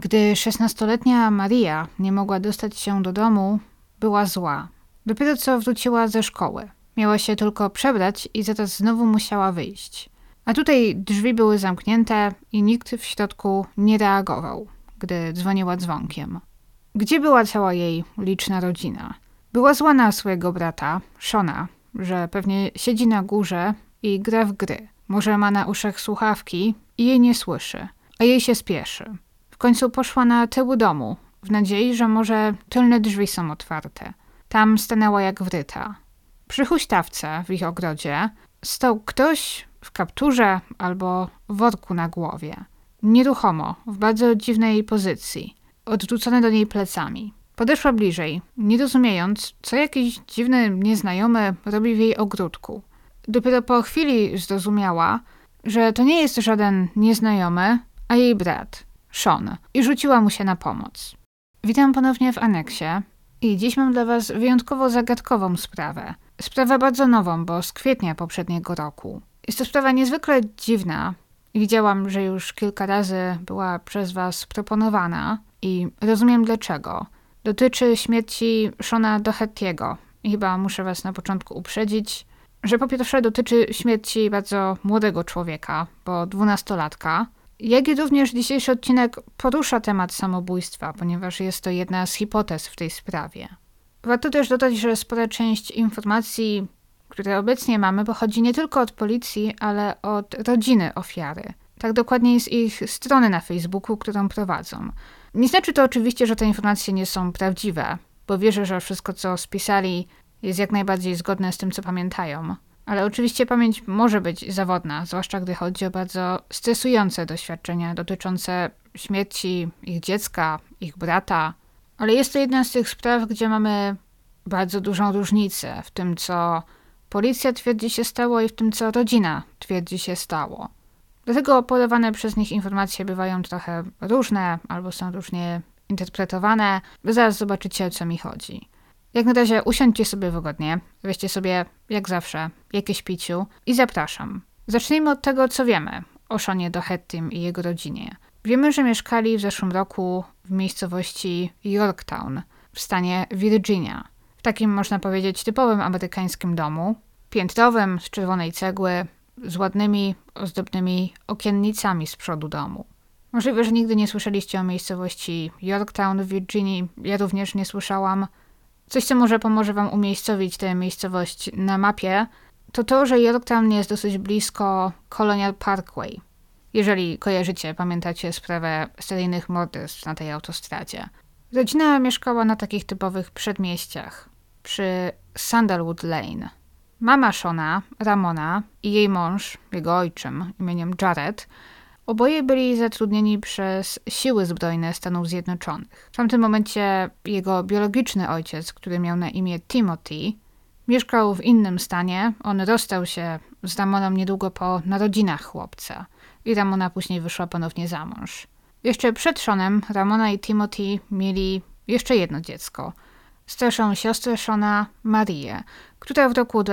Gdy 16-letnia Maria nie mogła dostać się do domu, była zła. Dopiero co wróciła ze szkoły. Miała się tylko przebrać i zaraz znowu musiała wyjść. A tutaj drzwi były zamknięte i nikt w środku nie reagował, gdy dzwoniła dzwonkiem. Gdzie była cała jej liczna rodzina? Była zła na swojego brata, Shona, że pewnie siedzi na górze i gra w gry. Może ma na uszach słuchawki i jej nie słyszy, a jej się spieszy. W końcu poszła na tył domu, w nadziei, że może tylne drzwi są otwarte. Tam stanęła jak wryta. Przy huśtawce w ich ogrodzie stał ktoś w kapturze albo worku na głowie. Nieruchomo, w bardzo dziwnej pozycji, odwrócony do niej plecami. Podeszła bliżej, nie rozumiejąc, co jakiś dziwny nieznajomy robi w jej ogródku. Dopiero po chwili zrozumiała, że to nie jest żaden nieznajomy, a jej brat, Sean, i rzuciła mu się na pomoc. Witam ponownie w aneksie i dziś mam dla was wyjątkowo zagadkową sprawę. Sprawę bardzo nową, bo z kwietnia poprzedniego roku. Jest to sprawa niezwykle dziwna. Widziałam, że już kilka razy była przez was proponowana i rozumiem dlaczego. Dotyczy śmierci Shona Doherty'ego. I chyba muszę was na początku uprzedzić, że po pierwsze dotyczy śmierci bardzo młodego człowieka, bo 12-latka, jak i również dzisiejszy odcinek porusza temat samobójstwa, ponieważ jest to jedna z hipotez w tej sprawie. Warto też dodać, że spora część informacji, które obecnie mamy, pochodzi nie tylko od policji, ale od rodziny ofiary. Tak dokładniej z ich strony na Facebooku, którą prowadzą. Nie znaczy to oczywiście, że te informacje nie są prawdziwe, bo wierzę, że wszystko, co spisali, jest jak najbardziej zgodne z tym, co pamiętają. Ale oczywiście pamięć może być zawodna, zwłaszcza gdy chodzi o bardzo stresujące doświadczenia dotyczące śmierci ich dziecka, ich brata. Ale jest to jedna z tych spraw, gdzie mamy bardzo dużą różnicę w tym, co policja twierdzi się stało i w tym, co rodzina twierdzi się stało. Dlatego podawane przez nich informacje bywają trochę różne albo są różnie interpretowane. Zaraz zobaczycie, o co mi chodzi. Jak na razie usiądźcie sobie wygodnie, weźcie sobie, jak zawsze, jakieś piciu i zapraszam. Zacznijmy od tego, co wiemy o Shonie Dohertym i jego rodzinie. Wiemy, że mieszkali w zeszłym roku w miejscowości Yorktown w stanie Virginia. W takim, można powiedzieć, typowym amerykańskim domu, piętrowym, z czerwonej cegły, z ładnymi, ozdobnymi okiennicami z przodu domu. Możliwe, że nigdy nie słyszeliście o miejscowości Yorktown w Virginii, ja również nie słyszałam. Coś, co może pomoże wam umiejscowić tę miejscowość na mapie, to to, że Yorktown jest dosyć blisko Colonial Parkway. Jeżeli kojarzycie, pamiętacie sprawę seryjnych morderstw na tej autostradzie. Rodzina mieszkała na takich typowych przedmieściach, przy Sandalwood Lane. Mama Shona, Ramona i jej mąż, jego ojczym imieniem Jared, oboje byli zatrudnieni przez siły zbrojne Stanów Zjednoczonych. W tamtym momencie jego biologiczny ojciec, który miał na imię Timothy, mieszkał w innym stanie. On rozstał się z Ramoną niedługo po narodzinach chłopca i Ramona później wyszła ponownie za mąż. Jeszcze przed Shonem Ramona i Timothy mieli jeszcze jedno dziecko, starszą siostrę Shona, Marię, która w roku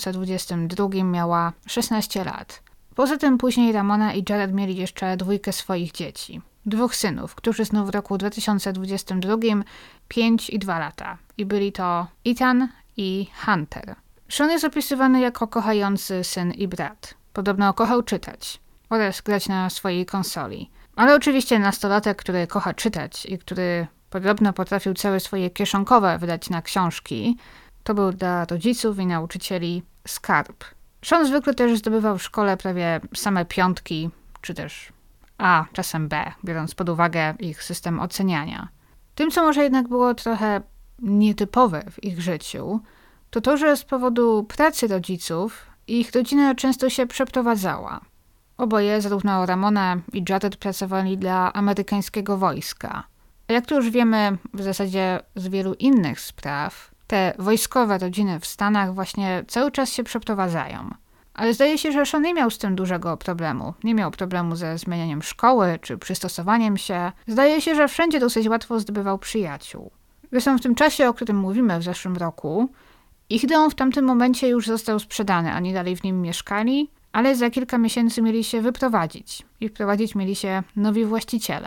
2022 miała 16 lat. Poza tym później Ramona i Jared mieli jeszcze dwójkę swoich dzieci. 2 synów, którzy znów w roku 2022 5 i 2 lata. I byli to Ethan i Hunter. Sean jest opisywany jako kochający syn i brat. Podobno kochał czytać oraz grać na swojej konsoli. Ale oczywiście nastolatek, który kocha czytać i który podobno potrafił całe swoje kieszonkowe wydać na książki, to był dla rodziców i nauczycieli skarb. Sean zwykle też zdobywał w szkole prawie same 5, czy też A, czasem B, biorąc pod uwagę ich system oceniania. Tym, co może jednak było trochę nietypowe w ich życiu, to to, że z powodu pracy rodziców ich rodzina często się przeprowadzała. Oboje, zarówno Ramona i Jared, pracowali dla amerykańskiego wojska. A jak to już wiemy w zasadzie z wielu innych spraw, te wojskowe rodziny w Stanach właśnie cały czas się przeprowadzają. Ale zdaje się, że Sean nie miał z tym dużego problemu. Nie miał problemu ze zmienianiem szkoły czy przystosowaniem się. Zdaje się, że wszędzie dosyć łatwo zdobywał przyjaciół. Zresztą w tym czasie, o którym mówimy w zeszłym roku, ich dom w tamtym momencie już został sprzedany, ani dalej w nim mieszkali, ale za kilka miesięcy mieli się wyprowadzić i wprowadzić mieli się nowi właściciele.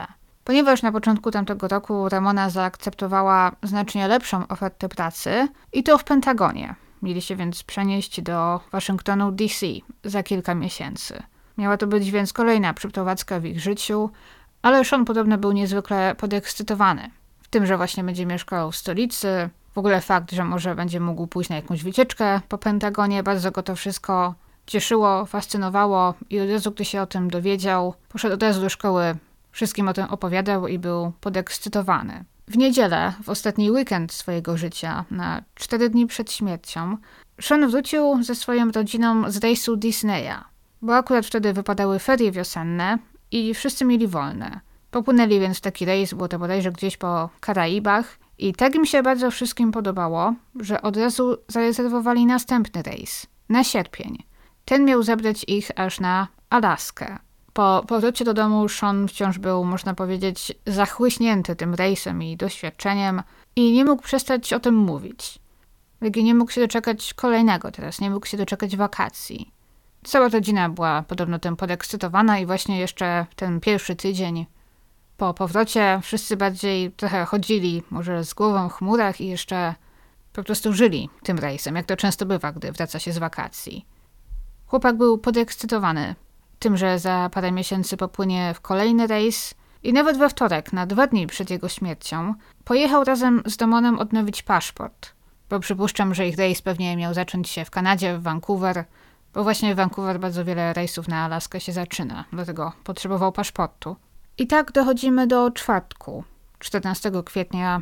ponieważ na początku tamtego roku Ramona zaakceptowała znacznie lepszą ofertę pracy i to w Pentagonie. Mieli się więc przenieść do Waszyngtonu DC za kilka miesięcy. Miała to być więc kolejna przeprowadzka w ich życiu, ale Sean podobno był niezwykle podekscytowany. W tym, że właśnie będzie mieszkał w stolicy, w ogóle fakt, że może będzie mógł pójść na jakąś wycieczkę po Pentagonie, bardzo go to wszystko cieszyło, fascynowało i od razu, gdy się o tym dowiedział, poszedł od razu do szkoły, wszystkim o tym opowiadał i był podekscytowany. W niedzielę, w ostatni weekend swojego życia, na 4 dni przed śmiercią, Sean wrócił ze swoją rodziną z rejsu Disneya, bo akurat wtedy wypadały ferie wiosenne i wszyscy mieli wolne. Popłynęli więc w taki rejs, było to bodajże gdzieś po Karaibach i tak im się bardzo wszystkim podobało, że od razu zarezerwowali następny rejs, na sierpień. Ten miał zabrać ich aż na Alaskę. Po powrocie do domu Sean wciąż był, można powiedzieć, zachłyśnięty tym rejsem i doświadczeniem i nie mógł przestać o tym mówić. Nie mógł się doczekać kolejnego teraz, nie mógł się doczekać wakacji. Cała rodzina była podobno tym podekscytowana i właśnie jeszcze ten pierwszy tydzień po powrocie wszyscy bardziej trochę chodzili, może z głową w chmurach i jeszcze po prostu żyli tym rejsem, jak to często bywa, gdy wraca się z wakacji. Chłopak był podekscytowany tym, że za parę miesięcy popłynie w kolejny rejs i nawet we wtorek, na 2 dni przed jego śmiercią, pojechał razem z Damonem odnowić paszport, bo przypuszczam, że ich rejs pewnie miał zacząć się w Kanadzie, w Vancouver, bo właśnie w Vancouver bardzo wiele rejsów na Alaskę się zaczyna, dlatego potrzebował paszportu. I tak dochodzimy do czwartku, 14 kwietnia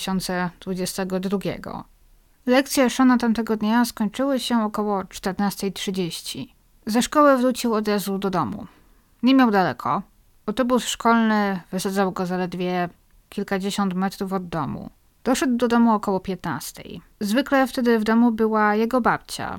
2022. Lekcje Seana tamtego dnia skończyły się około 14:30. Ze szkoły wrócił od razu do domu. Nie miał daleko. Autobus szkolny wysadzał go zaledwie kilkadziesiąt metrów od domu. Doszedł do domu około 15:00. Zwykle wtedy w domu była jego babcia,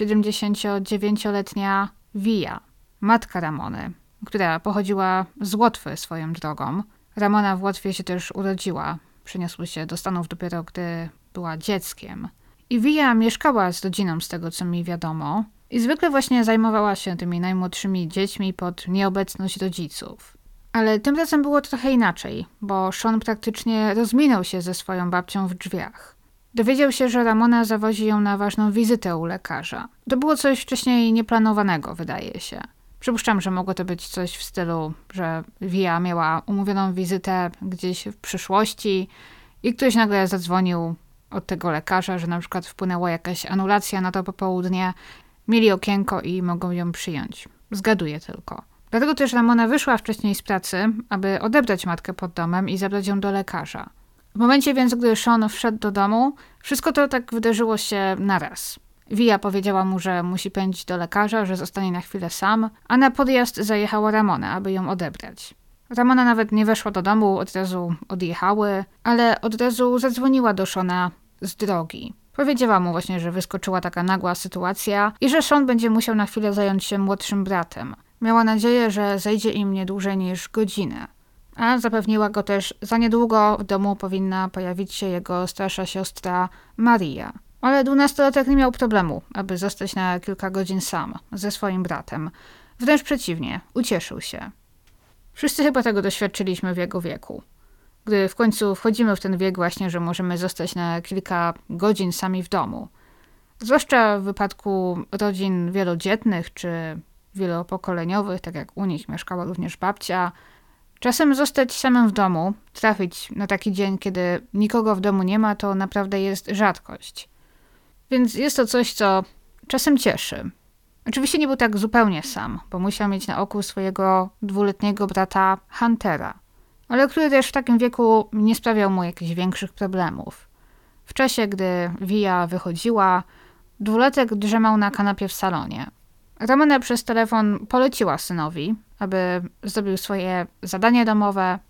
79-letnia Via, matka Ramony, która pochodziła z Łotwy swoją drogą. Ramona w Łotwie się też urodziła. Przeniosły się do Stanów dopiero, gdy była dzieckiem. I Via mieszkała z rodziną, z tego co mi wiadomo. I zwykle właśnie zajmowała się tymi najmłodszymi dziećmi pod nieobecność rodziców. Ale tym razem było trochę inaczej, bo Sean praktycznie rozminął się ze swoją babcią w drzwiach. Dowiedział się, że Ramona zawozi ją na ważną wizytę u lekarza. To było coś wcześniej nieplanowanego, wydaje się. Przypuszczam, że mogło to być coś w stylu, że Via miała umówioną wizytę gdzieś w przyszłości i ktoś nagle zadzwonił od tego lekarza, że na przykład wpłynęła jakaś anulacja na to popołudnie. Mieli okienko i mogą ją przyjąć. Zgaduję tylko. Dlatego też Ramona wyszła wcześniej z pracy, aby odebrać matkę pod domem i zabrać ją do lekarza. W momencie więc, gdy Sean wszedł do domu, wszystko to tak wydarzyło się naraz. Via powiedziała mu, że musi pędzić do lekarza, że zostanie na chwilę sam, a na podjazd zajechała Ramona, aby ją odebrać. Ramona nawet nie weszła do domu, od razu odjechały, ale od razu zadzwoniła do Seana z drogi. Powiedziała mu właśnie, że wyskoczyła taka nagła sytuacja i że Sean będzie musiał na chwilę zająć się młodszym bratem. Miała nadzieję, że zejdzie im nie dłużej niż godzinę. A zapewniła go też, za niedługo w domu powinna pojawić się jego starsza siostra Maria. Ale 12-latek nie miał problemu, aby zostać na kilka godzin sam ze swoim bratem. Wręcz przeciwnie, ucieszył się. Wszyscy chyba tego doświadczyliśmy w jego wieku. Gdy w końcu wchodzimy w ten wiek właśnie, że możemy zostać na kilka godzin sami w domu. Zwłaszcza w wypadku rodzin wielodzietnych czy wielopokoleniowych, tak jak u nich mieszkała również babcia. Czasem zostać samym w domu, trafić na taki dzień, kiedy nikogo w domu nie ma, to naprawdę jest rzadkość. Więc jest to coś, co czasem cieszy. Oczywiście nie był tak zupełnie sam, bo musiał mieć na oku swojego 2-letniego brata Huntera, ale który też w takim wieku nie sprawiał mu jakichś większych problemów. W czasie, gdy Via wychodziła, 2-latek drzemał na kanapie w salonie. Ramona przez telefon poleciła synowi, aby zrobił swoje zadanie domowe,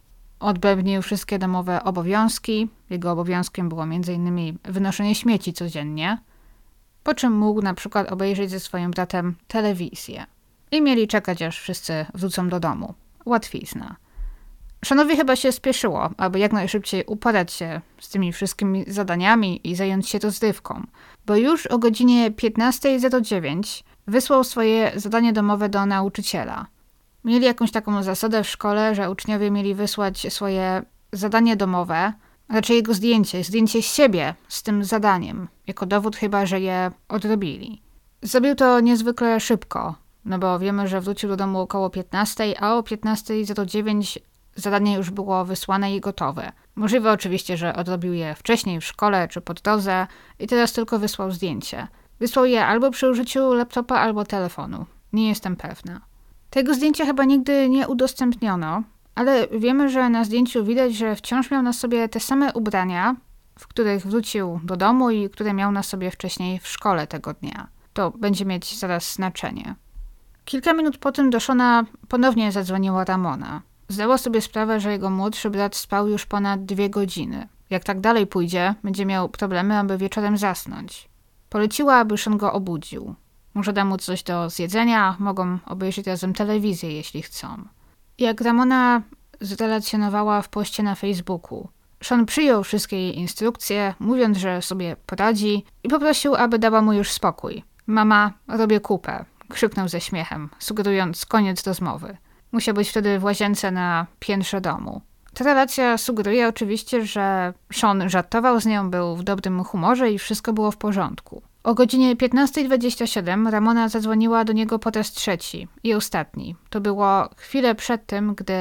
odbębnił wszystkie domowe obowiązki. Jego obowiązkiem było m.in. wynoszenie śmieci codziennie, po czym mógł na przykład obejrzeć ze swoim bratem telewizję. I mieli czekać, aż wszyscy wrócą do domu. Łatwizna. Seanowi chyba się spieszyło, aby jak najszybciej uporać się z tymi wszystkimi zadaniami i zająć się rozrywką, bo już o godzinie 15:09 wysłał swoje zadanie domowe do nauczyciela. Mieli jakąś taką zasadę w szkole, że uczniowie mieli wysłać swoje zadanie domowe, a raczej jego zdjęcie siebie z tym zadaniem, jako dowód chyba, że je odrobili. Zrobił to niezwykle szybko, no bo wiemy, że wrócił do domu około 15, a o 15:09 zadanie już było wysłane i gotowe. Możliwe oczywiście, że odrobił je wcześniej w szkole czy pod drodze i teraz tylko wysłał zdjęcie. Wysłał je albo przy użyciu laptopa, albo telefonu. Nie jestem pewna. Tego zdjęcia chyba nigdy nie udostępniono, ale wiemy, że na zdjęciu widać, że wciąż miał na sobie te same ubrania, w których wrócił do domu i które miał na sobie wcześniej w szkole tego dnia. To będzie mieć zaraz znaczenie. Kilka minut po tym do Shona ponownie zadzwoniła Ramona. Zdała sobie sprawę, że jego młodszy brat spał już ponad 2 godziny. Jak tak dalej pójdzie, będzie miał problemy, aby wieczorem zasnąć. Poleciła, aby Shon go obudził. Może da mu coś do zjedzenia, mogą obejrzeć razem telewizję, jeśli chcą. Jak Ramona zrelacjonowała w poście na Facebooku, Shon przyjął wszystkie jej instrukcje, mówiąc, że sobie poradzi i poprosił, aby dała mu już spokój. Mama, robię kupę, krzyknął ze śmiechem, sugerując koniec rozmowy. Musiał być wtedy w łazience na piętrze domu. Ta relacja sugeruje oczywiście, że Shon żartował z nią, był w dobrym humorze i wszystko było w porządku. O godzinie 15:27 Ramona zadzwoniła do niego po raz trzeci i ostatni. To było chwilę przed tym, gdy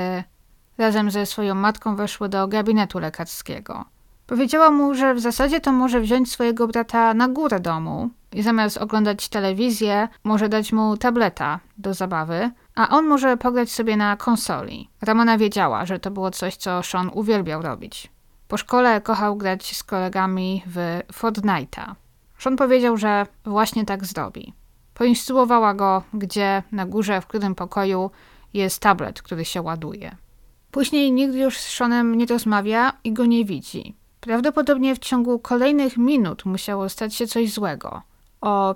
razem ze swoją matką weszły do gabinetu lekarskiego. Powiedziała mu, że w zasadzie to może wziąć swojego brata na górę domu i zamiast oglądać telewizję, może dać mu tableta do zabawy, a on może pograć sobie na konsoli. Ramona wiedziała, że to było coś, co Shon uwielbiał robić. Po szkole kochał grać z kolegami w Fortnite'a. Shon powiedział, że właśnie tak zrobi. Poinstruowała go, gdzie na górze, w którym pokoju jest tablet, który się ładuje. Później nigdy już z Shonem nie rozmawia i go nie widzi. Prawdopodobnie w ciągu kolejnych minut musiało stać się coś złego. O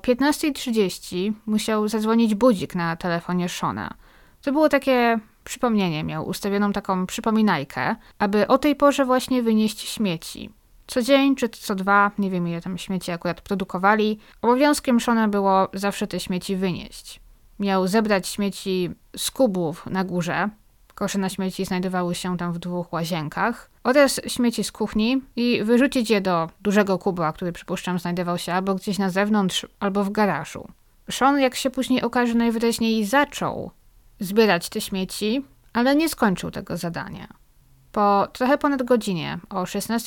15:30 musiał zadzwonić budzik na telefonie Shona. To było takie przypomnienie, miał ustawioną taką przypominajkę, aby o tej porze właśnie wynieść śmieci. Co dzień czy co 2, nie wiem ile tam śmieci akurat produkowali, obowiązkiem Shona było zawsze te śmieci wynieść. Miał zebrać śmieci z kubów na górze, kosze na śmieci znajdowały się tam w 2 łazienkach, oraz śmieci z kuchni i wyrzucić je do dużego kubła, który przypuszczam znajdował się albo gdzieś na zewnątrz, albo w garażu. Shon, jak się później okaże, najwyraźniej zaczął zbierać te śmieci, ale nie skończył tego zadania. Po trochę ponad godzinie, o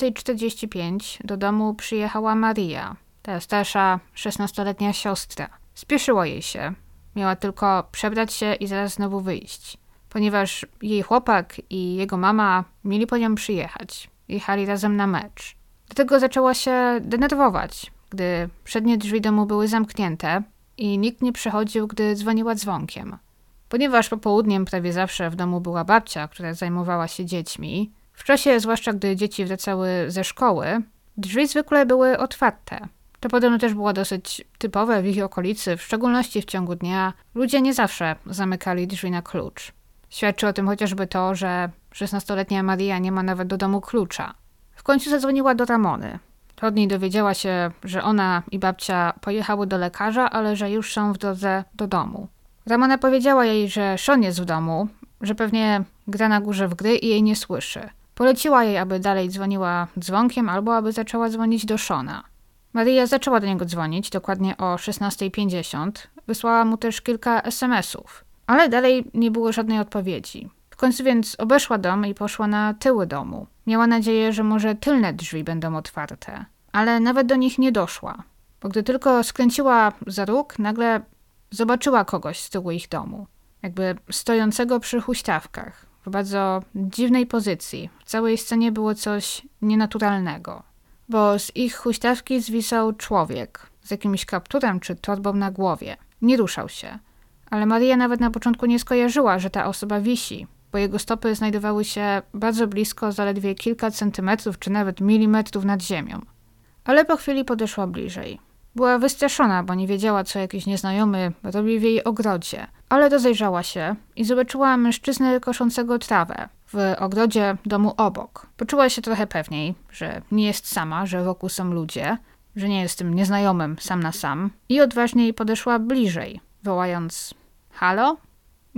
16:45 do domu przyjechała Maria, ta starsza 16-letnia siostra. Spieszyło jej się. Miała tylko przebrać się i zaraz znowu wyjść. Ponieważ jej chłopak i jego mama mieli po nią przyjechać. Jechali razem na mecz. Dlatego zaczęła się denerwować, gdy przednie drzwi domu były zamknięte i nikt nie przychodził, gdy dzwoniła dzwonkiem. Ponieważ popołudniem prawie zawsze w domu była babcia, która zajmowała się dziećmi, w czasie, zwłaszcza gdy dzieci wracały ze szkoły, drzwi zwykle były otwarte. To podobno też było dosyć typowe w ich okolicy, w szczególności w ciągu dnia. Ludzie nie zawsze zamykali drzwi na klucz. Świadczy o tym chociażby to, że 16-letnia Maria nie ma nawet do domu klucza. W końcu zadzwoniła do Ramony. To od niej dowiedziała się, że ona i babcia pojechały do lekarza, ale że już są w drodze do domu. Ramona powiedziała jej, że Shon jest w domu, że pewnie gra na górze w gry i jej nie słyszy. Poleciła jej, aby dalej dzwoniła dzwonkiem albo aby zaczęła dzwonić do Shona. Maria zaczęła do niego dzwonić dokładnie o 16:50. Wysłała mu też kilka SMS-ów. Ale dalej nie było żadnej odpowiedzi. W końcu więc obeszła dom i poszła na tyły domu. Miała nadzieję, że może tylne drzwi będą otwarte. Ale nawet do nich nie doszła. Bo gdy tylko skręciła za róg, nagle zobaczyła kogoś z tyłu ich domu. Jakby stojącego przy huśtawkach. W bardzo dziwnej pozycji. W całej scenie było coś nienaturalnego. Bo z ich huśtawki zwisał człowiek. Z jakimś kapturem czy torbą na głowie. Nie ruszał się. Ale Maria nawet na początku nie skojarzyła, że ta osoba wisi, bo jego stopy znajdowały się bardzo blisko, zaledwie kilka centymetrów czy nawet milimetrów nad ziemią. Ale po chwili podeszła bliżej. Była wystraszona, bo nie wiedziała, co jakiś nieznajomy robi w jej ogrodzie, ale rozejrzała się i zobaczyła mężczyznę koszącego trawę w ogrodzie domu obok. Poczuła się trochę pewniej, że nie jest sama, że wokół są ludzie, że nie jest tym nieznajomym sam na sam i odważniej podeszła bliżej, wołając: halo?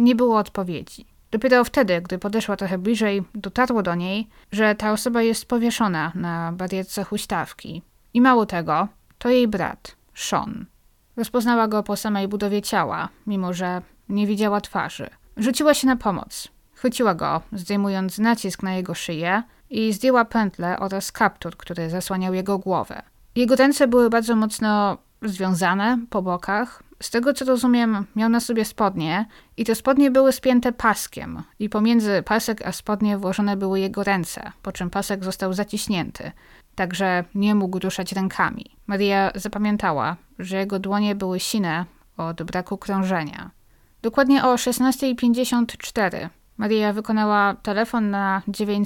nie było odpowiedzi. Dopiero wtedy, gdy podeszła trochę bliżej, dotarło do niej, że ta osoba jest powieszona na barierce huśtawki. I mało tego, to jej brat, Sean. Rozpoznała go po samej budowie ciała, mimo że nie widziała twarzy. Rzuciła się na pomoc. Chwyciła go, zdejmując nacisk na jego szyję i zdjęła pętlę oraz kaptur, który zasłaniał jego głowę. Jego ręce były bardzo mocno związane po bokach. Z tego co rozumiem, miał na sobie spodnie i te spodnie były spięte paskiem i pomiędzy pasek a spodnie włożone były jego ręce, po czym pasek został zaciśnięty, także nie mógł ruszać rękami. Maria zapamiętała, że jego dłonie były sine od braku krążenia. Dokładnie o 16:54 Maria wykonała telefon na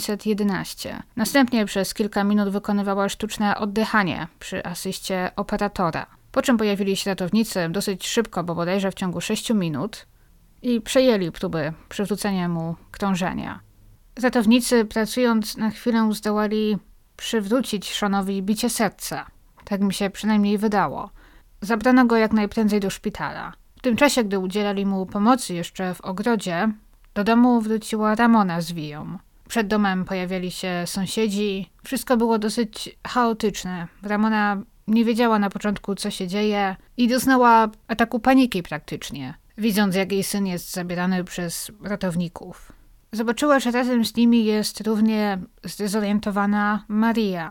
911. Następnie przez kilka minut wykonywała sztuczne oddychanie przy asyście operatora. Po czym pojawili się ratownicy dosyć szybko, bo bodajże w ciągu 6 minut i przejęli próby przywrócenia mu krążenia. Ratownicy, pracując na chwilę, zdołali przywrócić Seanowi bicie serca. Tak mi się przynajmniej wydało. Zabrano go jak najprędzej do szpitala. W tym czasie, gdy udzielali mu pomocy jeszcze w ogrodzie, do domu wróciła Ramona z Viją. Przed domem pojawiali się sąsiedzi. Wszystko było dosyć chaotyczne. Ramona nie wiedziała na początku, co się dzieje i doznała ataku paniki praktycznie, widząc, jak jej syn jest zabierany przez ratowników. Zobaczyła, że razem z nimi jest równie zdezorientowana Maria.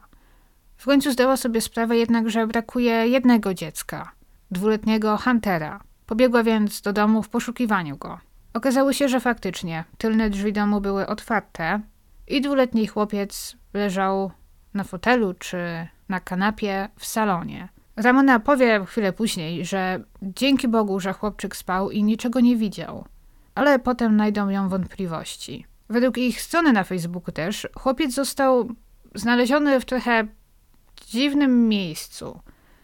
W końcu zdała sobie sprawę jednak, że brakuje jednego dziecka, 2-letniego Huntera. Pobiegła więc do domu w poszukiwaniu go. Okazało się, że faktycznie tylne drzwi domu były otwarte i 2-letni chłopiec leżał na fotelu czy na kanapie w salonie. Ramona powie chwilę później, że dzięki Bogu, że chłopczyk spał i niczego nie widział. Ale potem najdą ją wątpliwości. Według ich strony na Facebooku też chłopiec został znaleziony w trochę dziwnym miejscu.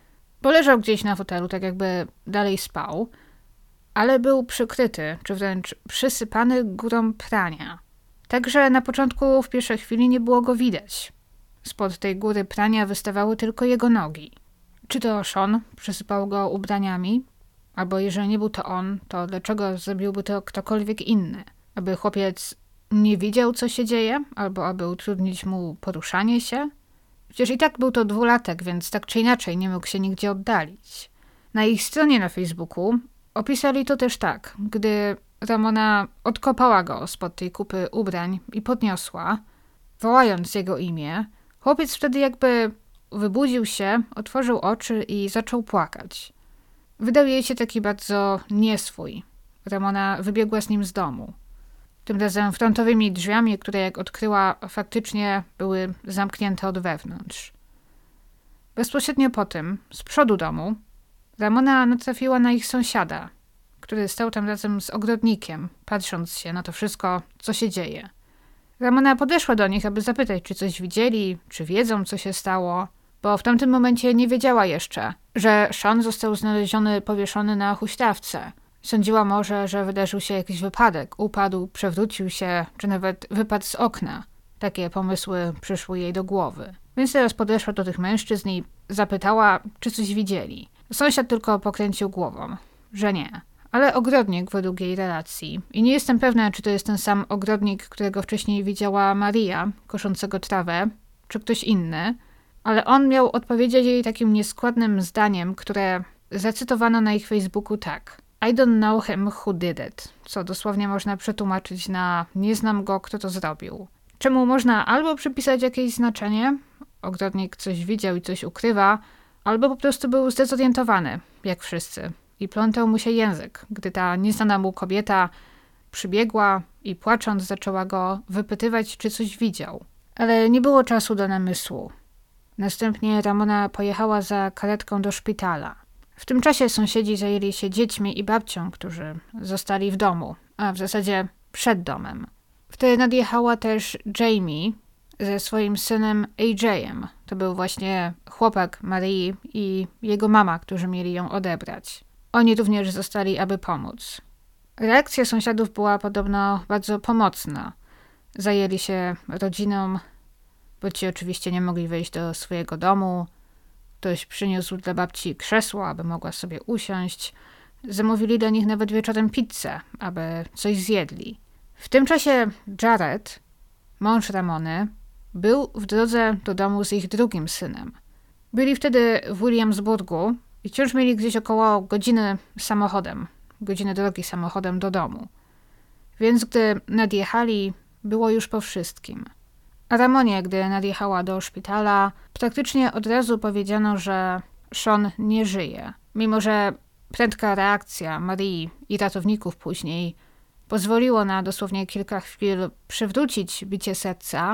Bo leżał gdzieś na fotelu, tak jakby dalej spał, ale był przykryty, czy wręcz przysypany górą prania. Także na początku w pierwszej chwili nie było go widać. Spod tej góry prania wystawały tylko jego nogi. Czy to Sean przysypał go ubraniami? Albo jeżeli nie był to on, to dlaczego zrobiłby to ktokolwiek inny? Aby chłopiec nie widział, co się dzieje? Albo aby utrudnić mu poruszanie się? Przecież i tak był to 2-latek, więc tak czy inaczej nie mógł się nigdzie oddalić. Na ich stronie na Facebooku opisali to też tak, gdy Ramona odkopała go spod tej kupy ubrań i podniosła, wołając jego imię, chłopiec wtedy jakby wybudził się, otworzył oczy i zaczął płakać. Wydał jej się taki bardzo nieswój. Ramona wybiegła z nim z domu. Tym razem frontowymi drzwiami, które jak odkryła faktycznie były zamknięte od wewnątrz. Bezpośrednio po tym, z przodu domu, Ramona natrafiła na ich sąsiada, który stał tam razem z ogrodnikiem, patrząc się na to wszystko, co się dzieje. Ramona podeszła do nich, aby zapytać, czy coś widzieli, czy wiedzą, co się stało, bo w tamtym momencie nie wiedziała jeszcze, że Sean został znaleziony powieszony na huśtawce. Sądziła może, że wydarzył się jakiś wypadek, upadł, przewrócił się, czy nawet wypadł z okna. Takie pomysły przyszły jej do głowy. Więc teraz podeszła do tych mężczyzn i zapytała, czy coś widzieli. Sąsiad tylko pokręcił głową, że nie. Ale ogrodnik według jej relacji, i nie jestem pewna, czy to jest ten sam ogrodnik, którego wcześniej widziała Maria, koszącego trawę, czy ktoś inny, ale on miał odpowiedzieć jej takim nieskładnym zdaniem, które zacytowano na ich Facebooku tak. I don't know him who did it, co dosłownie można przetłumaczyć na nie znam go, kto to zrobił. Czemu można albo przypisać jakieś znaczenie, ogrodnik coś widział i coś ukrywa, albo po prostu był zdezorientowany, jak wszyscy. I plątał mu się język, gdy ta nieznana mu kobieta przybiegła i płacząc zaczęła go wypytywać, czy coś widział. Ale nie było czasu do namysłu. Następnie Ramona pojechała za karetką do szpitala. W tym czasie sąsiedzi zajęli się dziećmi i babcią, którzy zostali w domu, a w zasadzie przed domem. Wtedy nadjechała też Jamie ze swoim synem AJ-em. To był właśnie chłopak Marii i jego mama, którzy mieli ją odebrać. Oni również zostali, aby pomóc. Reakcja sąsiadów była podobno bardzo pomocna. Zajęli się rodziną, bo ci oczywiście nie mogli wejść do swojego domu. Ktoś przyniósł dla babci krzesło, aby mogła sobie usiąść. Zamówili dla nich nawet wieczorem pizzę, aby coś zjedli. W tym czasie Jared, mąż Ramony, był w drodze do domu z ich drugim synem. Byli wtedy w Williamsburgu i wciąż mieli gdzieś około godziny drogi samochodem do domu. Więc gdy nadjechali, było już po wszystkim. A Ramonie, gdy nadjechała do szpitala, praktycznie od razu powiedziano, że Sean nie żyje. Mimo że prędka reakcja Marii i ratowników później pozwoliło na dosłownie kilka chwil przywrócić bicie serca,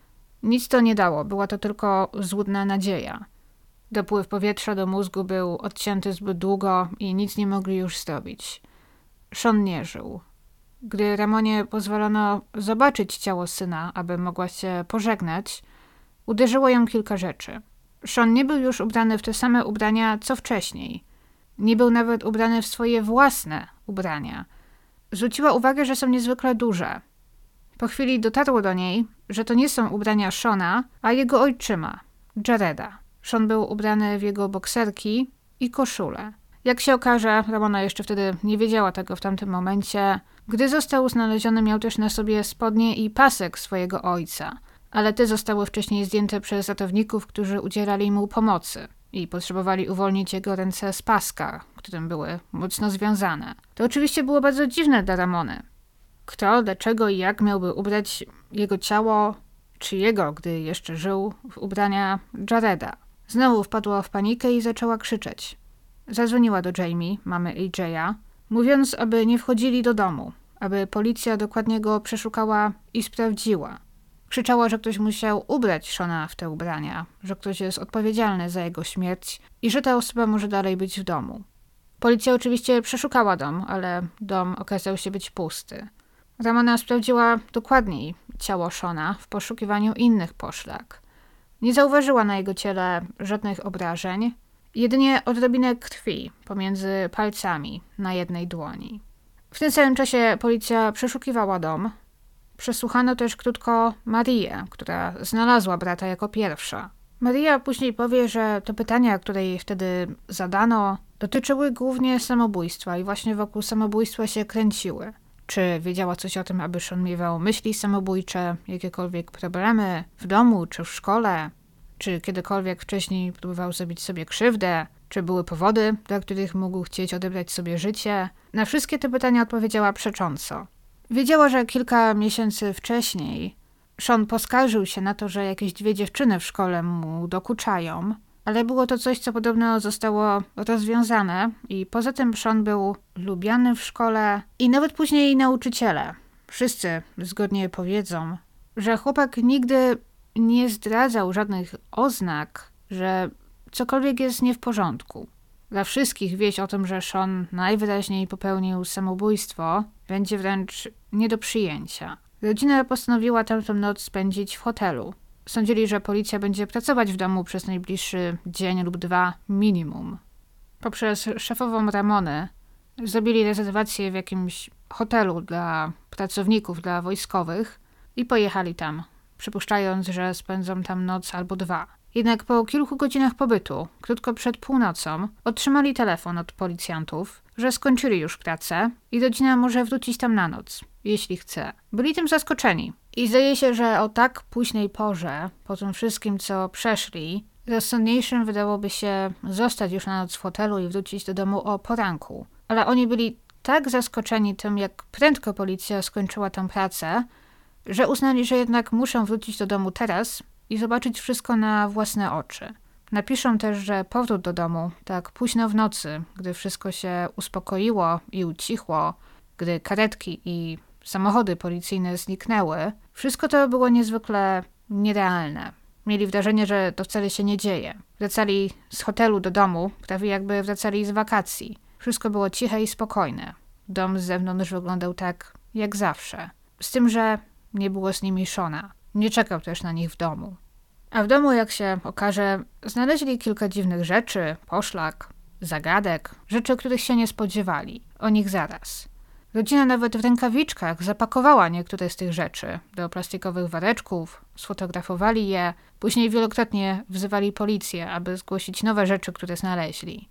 nic to nie dało, była to tylko złudna nadzieja. Dopływ powietrza do mózgu był odcięty zbyt długo i nic nie mogli już zrobić. Sean nie żył. Gdy Ramonie pozwolono zobaczyć ciało syna, aby mogła się pożegnać, uderzyło ją kilka rzeczy. Sean nie był już ubrany w te same ubrania, co wcześniej. Nie był nawet ubrany w swoje własne ubrania. Zwróciła uwagę, że są niezwykle duże. Po chwili dotarło do niej, że to nie są ubrania Seana, a jego ojczyma, Jareda. Sean był ubrany w jego bokserki i koszulę. Jak się okaże, Ramona jeszcze wtedy nie wiedziała tego w tamtym momencie, gdy został znaleziony, miał też na sobie spodnie i pasek swojego ojca, ale te zostały wcześniej zdjęte przez ratowników, którzy udzielali mu pomocy i potrzebowali uwolnić jego ręce z paska, którym były mocno związane. To oczywiście było bardzo dziwne dla Ramony. Kto, dlaczego i jak miałby ubrać jego ciało, czy jego, gdy jeszcze żył, w ubrania Jareda? Znowu wpadła w panikę i zaczęła krzyczeć. Zadzwoniła do Jamie, mamy AJ'a, mówiąc, aby nie wchodzili do domu, aby policja dokładnie go przeszukała i sprawdziła. Krzyczała, że ktoś musiał ubrać Seana w te ubrania, że ktoś jest odpowiedzialny za jego śmierć i że ta osoba może dalej być w domu. Policja oczywiście przeszukała dom, ale dom okazał się być pusty. Ramona sprawdziła dokładniej ciało Seana w poszukiwaniu innych poszlak. Nie zauważyła na jego ciele żadnych obrażeń, jedynie odrobinę krwi pomiędzy palcami na jednej dłoni. W tym samym czasie policja przeszukiwała dom. Przesłuchano też krótko Marię, która znalazła brata jako pierwsza. Maria później powie, że te pytania, które jej wtedy zadano, dotyczyły głównie samobójstwa i właśnie wokół samobójstwa się kręciły. Czy wiedziała coś o tym, aby Sean miewał myśli samobójcze, jakiekolwiek problemy w domu czy w szkole? Czy kiedykolwiek wcześniej próbował zrobić sobie krzywdę? Czy były powody, dla których mógł chcieć odebrać sobie życie? Na wszystkie te pytania odpowiedziała przecząco. Wiedziała, że kilka miesięcy wcześniej Sean poskarżył się na to, że jakieś 2 dziewczyny w szkole mu dokuczają, ale było to coś, co podobno zostało rozwiązane i poza tym Sean był lubiany w szkole i nawet później nauczyciele. Wszyscy zgodnie powiedzą, że chłopak nigdy nie zdradzał żadnych oznak, że cokolwiek jest nie w porządku. Dla wszystkich wieść o tym, że Sean najwyraźniej popełnił samobójstwo, będzie wręcz nie do przyjęcia. Rodzina postanowiła tamtą noc spędzić w hotelu. Sądzili, że policja będzie pracować w domu przez najbliższy dzień lub 2 minimum. Poprzez szefową Ramony zrobili rezerwację w jakimś hotelu dla pracowników, dla wojskowych i pojechali tam, przypuszczając, że spędzą tam noc albo 2. Jednak po kilku godzinach pobytu, krótko przed północą, otrzymali telefon od policjantów, że skończyli już pracę i rodzina może wrócić tam na noc, jeśli chce. Byli tym zaskoczeni i zdaje się, że o tak późnej porze, po tym wszystkim, co przeszli, rozsądniejszym wydałoby się zostać już na noc w hotelu i wrócić do domu o poranku. Ale oni byli tak zaskoczeni tym, jak prędko policja skończyła tę pracę, że uznali, że jednak muszą wrócić do domu teraz i zobaczyć wszystko na własne oczy. Napiszą też, że powrót do domu tak późno w nocy, gdy wszystko się uspokoiło i ucichło, gdy karetki i samochody policyjne zniknęły, wszystko to było niezwykle nierealne. Mieli wrażenie, że to wcale się nie dzieje. Wracali z hotelu do domu, prawie jakby wracali z wakacji. Wszystko było ciche i spokojne. Dom z zewnątrz wyglądał tak jak zawsze. Z tym, że nie było z nimi Seana. Nie czekał też na nich w domu. A w domu, jak się okaże, znaleźli kilka dziwnych rzeczy, poszlak, zagadek, rzeczy, których się nie spodziewali. O nich zaraz. Rodzina nawet w rękawiczkach zapakowała niektóre z tych rzeczy do plastikowych woreczków, sfotografowali je, później wielokrotnie wzywali policję, aby zgłosić nowe rzeczy, które znaleźli.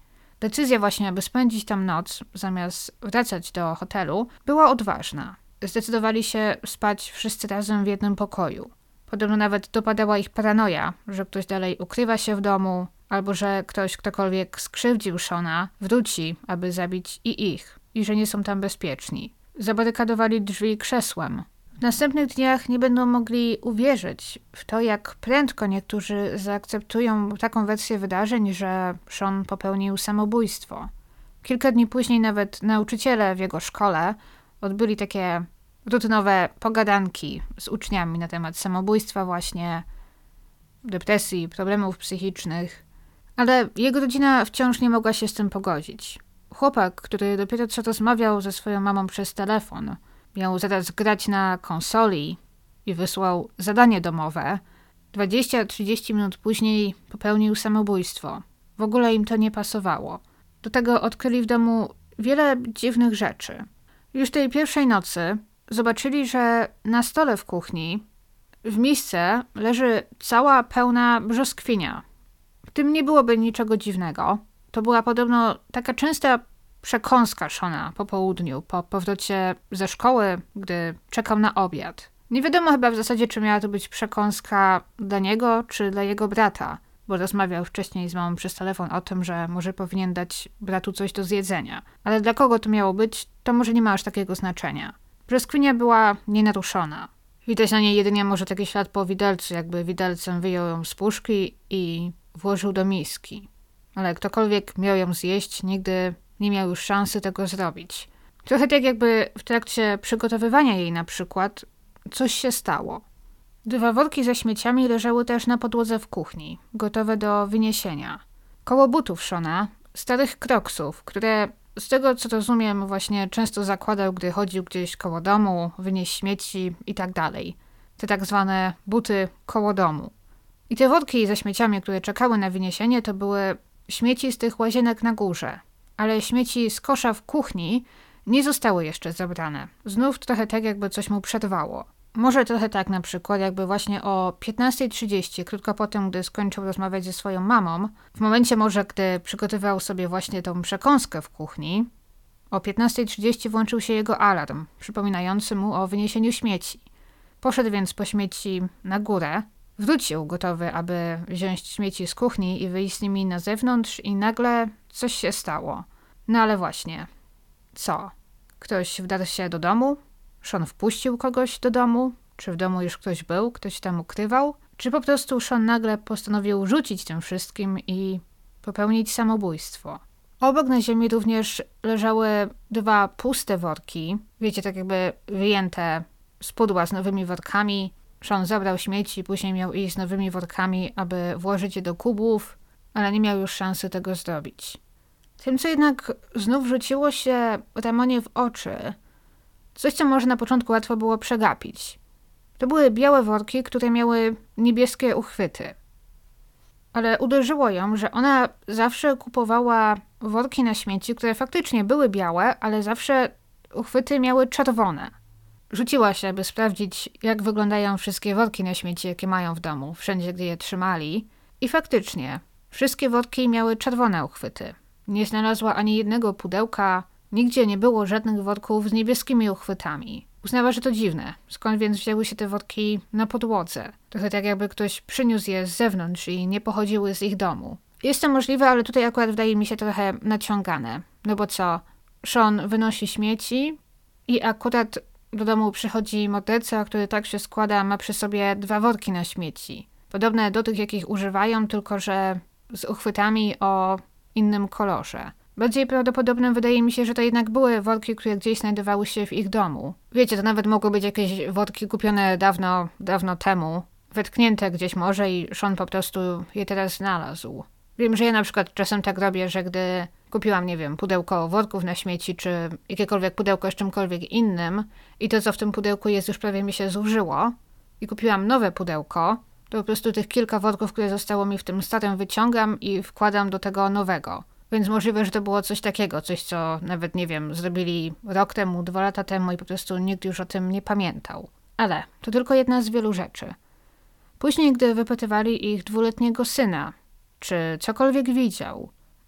Decyzja właśnie, aby spędzić tam noc, zamiast wracać do hotelu, była odważna. Zdecydowali się spać wszyscy razem w jednym pokoju. Podobno nawet dopadała ich paranoja, że ktoś dalej ukrywa się w domu, albo że ktokolwiek skrzywdził Shona, wróci, aby zabić i ich, i że nie są tam bezpieczni. Zabarykadowali drzwi krzesłem. W następnych dniach nie będą mogli uwierzyć w to, jak prędko niektórzy zaakceptują taką wersję wydarzeń, że Sean popełnił samobójstwo. Kilka dni później nawet nauczyciele w jego szkole odbyli takie rutynowe pogadanki z uczniami na temat samobójstwa właśnie, depresji, problemów psychicznych. Ale jego rodzina wciąż nie mogła się z tym pogodzić. Chłopak, który dopiero co rozmawiał ze swoją mamą przez telefon, miał zaraz grać na konsoli i wysłał zadanie domowe. 20-30 minut później popełnił samobójstwo. W ogóle im to nie pasowało. Do tego odkryli w domu wiele dziwnych rzeczy. Już tej pierwszej nocy zobaczyli, że na stole w kuchni w misce leży cała pełna brzoskwinia. W tym nie byłoby niczego dziwnego. To była podobno taka częsta przekąska Shona po południu, po powrocie ze szkoły, gdy czekał na obiad. Nie wiadomo chyba w zasadzie, czy miała to być przekąska dla niego, czy dla jego brata, bo rozmawiał wcześniej z mamą przez telefon o tym, że może powinien dać bratu coś do zjedzenia. Ale dla kogo to miało być, to może nie ma aż takiego znaczenia. Brzoskwinia była nienaruszona. Widać na niej jedynie może taki ślad po widelcu, jakby widelcem wyjął ją z puszki i włożył do miski. Ale ktokolwiek miał ją zjeść, nigdy nie miał już szansy tego zrobić. Trochę tak jakby w trakcie przygotowywania jej na przykład coś się stało. 2 worki ze śmieciami leżały też na podłodze w kuchni, gotowe do wyniesienia. Koło butów Shona, starych kroksów, które z tego co rozumiem właśnie często zakładał, gdy chodził gdzieś koło domu, wynieść śmieci i tak dalej. Te tak zwane buty koło domu. I te worki ze śmieciami, które czekały na wyniesienie, to były śmieci z tych łazienek na górze. Ale śmieci z kosza w kuchni nie zostały jeszcze zebrane. Znów trochę tak, jakby coś mu przerwało. Może trochę tak na przykład, jakby właśnie o 15:30, krótko po tym, gdy skończył rozmawiać ze swoją mamą, w momencie może, gdy przygotowywał sobie właśnie tą przekąskę w kuchni, o 15:30 włączył się jego alarm, przypominający mu o wyniesieniu śmieci. Poszedł więc po śmieci na górę, wrócił gotowy, aby wziąć śmieci z kuchni i wyjść z nimi na zewnątrz i nagle coś się stało. No ale właśnie, co? Ktoś wdarł się do domu? Sean wpuścił kogoś do domu? Czy w domu już ktoś był? Ktoś tam ukrywał? Czy po prostu Sean nagle postanowił rzucić tym wszystkim i popełnić samobójstwo? Obok na ziemi również leżały 2 puste worki. Wiecie, tak jakby wyjęte z pudła z nowymi workami. Sean zabrał śmieci, później miał iść z nowymi workami, aby włożyć je do kubów, ale nie miał już szansy tego zrobić. Tym, co jednak znów rzuciło się Ramonie w oczy, coś, co może na początku łatwo było przegapić. To były białe worki, które miały niebieskie uchwyty. Ale uderzyło ją, że ona zawsze kupowała worki na śmieci, które faktycznie były białe, ale zawsze uchwyty miały czerwone. Rzuciła się, by sprawdzić, jak wyglądają wszystkie worki na śmieci, jakie mają w domu, wszędzie, gdzie je trzymali. I faktycznie, wszystkie worki miały czerwone uchwyty. Nie znalazła ani jednego pudełka, nigdzie nie było żadnych worków z niebieskimi uchwytami. Uznała, że to dziwne. Skąd więc wzięły się te worki na podłodze? Trochę tak, jakby ktoś przyniósł je z zewnątrz i nie pochodziły z ich domu. Jest to możliwe, ale tutaj akurat wydaje mi się trochę naciągane. No bo co? Sean wynosi śmieci i akurat do domu przychodzi morderca, który tak się składa, ma przy sobie 2 worki na śmieci. Podobne do tych, jakich używają, tylko że z uchwytami o innym kolorze. Bardziej prawdopodobnym wydaje mi się, że to jednak były worki, które gdzieś znajdowały się w ich domu. Wiecie, to nawet mogły być jakieś worki kupione dawno temu, wetknięte gdzieś może i Sean po prostu je teraz znalazł. Wiem, że ja na przykład czasem tak robię, że gdy kupiłam, nie wiem, pudełko worków na śmieci, czy jakiekolwiek pudełko z czymkolwiek innym i to, co w tym pudełku jest, już prawie mi się zużyło i kupiłam nowe pudełko, to po prostu tych kilka worków, które zostało mi w tym starym, wyciągam i wkładam do tego nowego. Więc możliwe, że to było coś takiego, coś co nawet, nie wiem, zrobili rok temu, 2 lata temu i po prostu nikt już o tym nie pamiętał. Ale to tylko jedna z wielu rzeczy. Później, gdy wypytywali ich 2-letniego syna, czy cokolwiek widział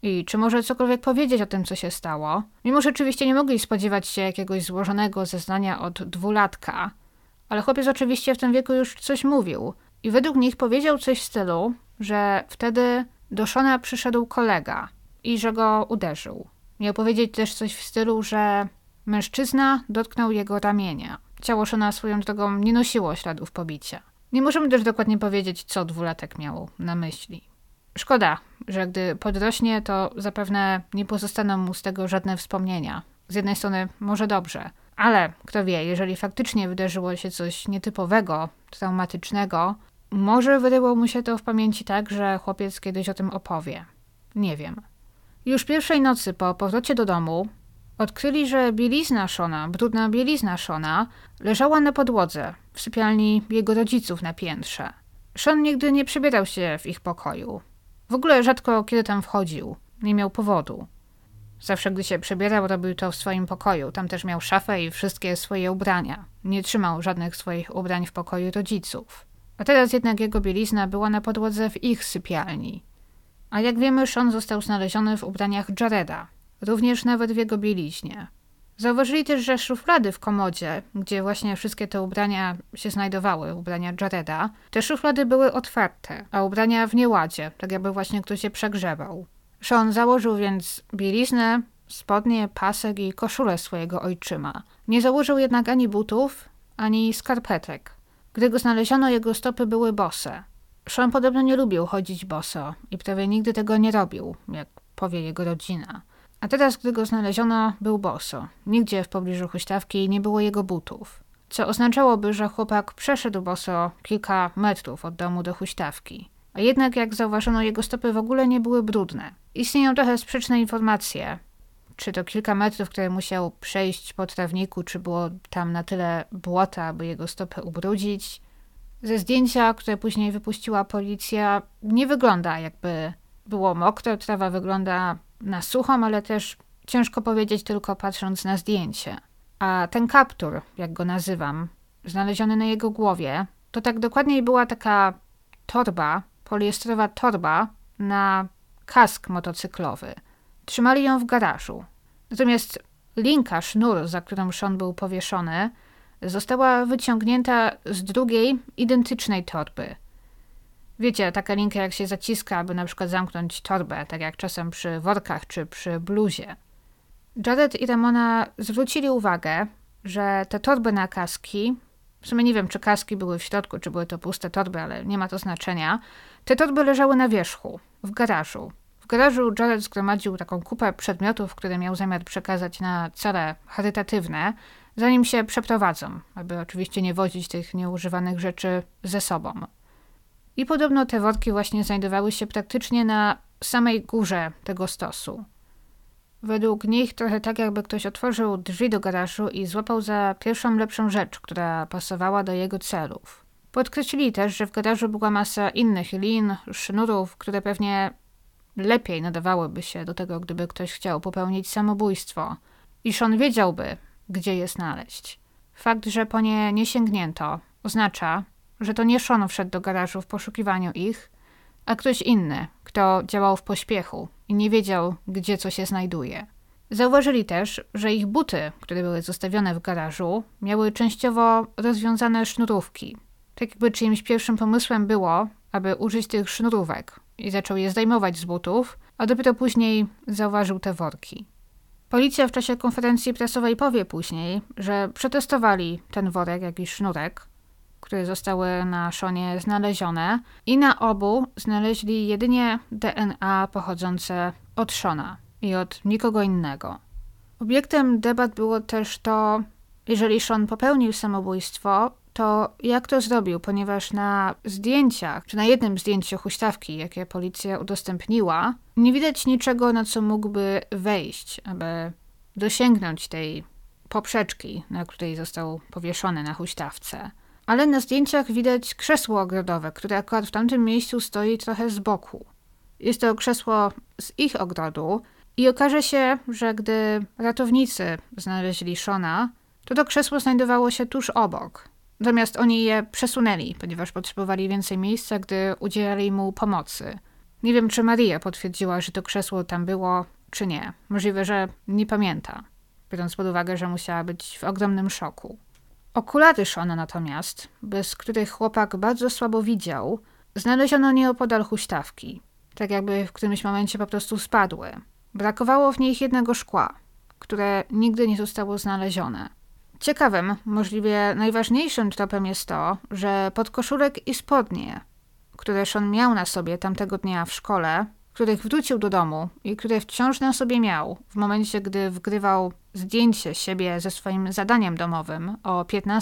i czy może cokolwiek powiedzieć o tym, co się stało. Mimo że oczywiście nie mogli spodziewać się jakiegoś złożonego zeznania od 2-latka, ale chłopiec oczywiście w tym wieku już coś mówił. I według nich powiedział coś w stylu, że wtedy do Shona przyszedł kolega i że go uderzył. Miał powiedzieć też coś w stylu, że mężczyzna dotknął jego ramienia. Ciało Shona swoją drogą nie nosiło śladów pobicia. Nie możemy też dokładnie powiedzieć, co 2-latek miał na myśli. Szkoda, że gdy podrośnie, to zapewne nie pozostaną mu z tego żadne wspomnienia. Z jednej strony może dobrze, ale kto wie, jeżeli faktycznie wydarzyło się coś nietypowego, traumatycznego, może wyryło mu się to w pamięci tak, że chłopiec kiedyś o tym opowie. Nie wiem. Już pierwszej nocy po powrocie do domu odkryli, że bielizna Shona, brudna bielizna Shona, leżała na podłodze w sypialni jego rodziców na piętrze. Shon nigdy nie przebierał się w ich pokoju. W ogóle rzadko kiedy tam wchodził. Nie miał powodu. Zawsze gdy się przebierał, robił to w swoim pokoju. Tam też miał szafę i wszystkie swoje ubrania. Nie trzymał żadnych swoich ubrań w pokoju rodziców. A teraz jednak jego bielizna była na podłodze w ich sypialni. A jak wiemy, Shon został znaleziony w ubraniach Jareda. Również nawet w jego bieliźnie. Zauważyli też, że szuflady w komodzie, gdzie właśnie wszystkie te ubrania się znajdowały, ubrania Jareda, te szuflady były otwarte, a ubrania w nieładzie, tak jakby właśnie ktoś je przegrzebał. Shon założył więc bieliznę, spodnie, pasek i koszulę swojego ojczyma. Nie założył jednak ani butów, ani skarpetek. Gdy go znaleziono, jego stopy były bose. Shon podobno nie lubił chodzić boso i prawie nigdy tego nie robił, jak powie jego rodzina. A teraz, gdy go znaleziono, był boso. Nigdzie w pobliżu huśtawki nie było jego butów. Co oznaczałoby, że chłopak przeszedł boso kilka metrów od domu do huśtawki. A jednak, jak zauważono, jego stopy w ogóle nie były brudne. Istnieją trochę sprzeczne informacje. Czy to kilka metrów, które musiał przejść po trawniku, czy było tam na tyle błota, aby jego stopy ubrudzić. Ze zdjęcia, które później wypuściła policja, nie wygląda jakby było mokre. Trawa wygląda na suchą, ale też ciężko powiedzieć tylko patrząc na zdjęcie. A ten kaptur, jak go nazywam, znaleziony na jego głowie, to tak dokładniej była taka torba, poliestrowa torba na kask motocyklowy. Trzymali ją w garażu. Natomiast linka, sznur, za którą Shon był powieszony, została wyciągnięta z drugiej, identycznej torby. Wiecie, taka linka jak się zaciska, aby na przykład zamknąć torbę, tak jak czasem przy workach czy przy bluzie. Jared i Ramona zwrócili uwagę, że te torby na kaski, w sumie nie wiem, czy kaski były w środku, czy były to puste torby, ale nie ma to znaczenia, te torby leżały na wierzchu, w garażu. W garażu Jared zgromadził taką kupę przedmiotów, które miał zamiar przekazać na cele charytatywne, zanim się przeprowadzą, aby oczywiście nie wozić tych nieużywanych rzeczy ze sobą. I podobno te worki właśnie znajdowały się praktycznie na samej górze tego stosu. Według nich trochę tak, jakby ktoś otworzył drzwi do garażu i złapał za pierwszą lepszą rzecz, która pasowała do jego celów. Podkreślili też, że w garażu była masa innych lin, sznurów, które pewnie lepiej nadawałyby się do tego, gdyby ktoś chciał popełnić samobójstwo. I Shon wiedziałby, gdzie je znaleźć. Fakt, że po nie nie sięgnięto, oznacza, że to nie Shon wszedł do garażu w poszukiwaniu ich, a ktoś inny, kto działał w pośpiechu i nie wiedział, gdzie co się znajduje. Zauważyli też, że ich buty, które były zostawione w garażu, miały częściowo rozwiązane sznurówki. Tak jakby czyimś pierwszym pomysłem było, aby użyć tych sznurówek i zaczął je zdejmować z butów, a dopiero później zauważył te worki. Policja w czasie konferencji prasowej powie później, że przetestowali ten worek, jakiś sznurek, które zostały na Shonie znalezione i na obu znaleźli jedynie DNA pochodzące od Shona i od nikogo innego. Obiektem debat było też to, jeżeli Shon popełnił samobójstwo, to jak to zrobił, ponieważ na zdjęciach, czy na jednym zdjęciu huśtawki, jakie policja udostępniła, nie widać niczego, na co mógłby wejść, aby dosięgnąć tej poprzeczki, na której został powieszony na huśtawce. Ale na zdjęciach widać krzesło ogrodowe, które akurat w tamtym miejscu stoi trochę z boku. Jest to krzesło z ich ogrodu i okaże się, że gdy ratownicy znaleźli Shona, to krzesło znajdowało się tuż obok. Natomiast oni je przesunęli, ponieważ potrzebowali więcej miejsca, gdy udzielali mu pomocy. Nie wiem, czy Maria potwierdziła, że to krzesło tam było, czy nie. Możliwe, że nie pamięta, biorąc pod uwagę, że musiała być w ogromnym szoku. Okulary Shona natomiast, bez których chłopak bardzo słabo widział, znaleziono nieopodal huśtawki. Tak jakby w którymś momencie po prostu spadły. Brakowało w nich jednego szkła, które nigdy nie zostało znalezione. Ciekawym, możliwie najważniejszym tropem jest to, że podkoszulek i spodnie, które Sean miał na sobie tamtego dnia w szkole, których wrócił do domu i które wciąż na sobie miał w momencie, gdy wgrywał zdjęcie siebie ze swoim zadaniem domowym o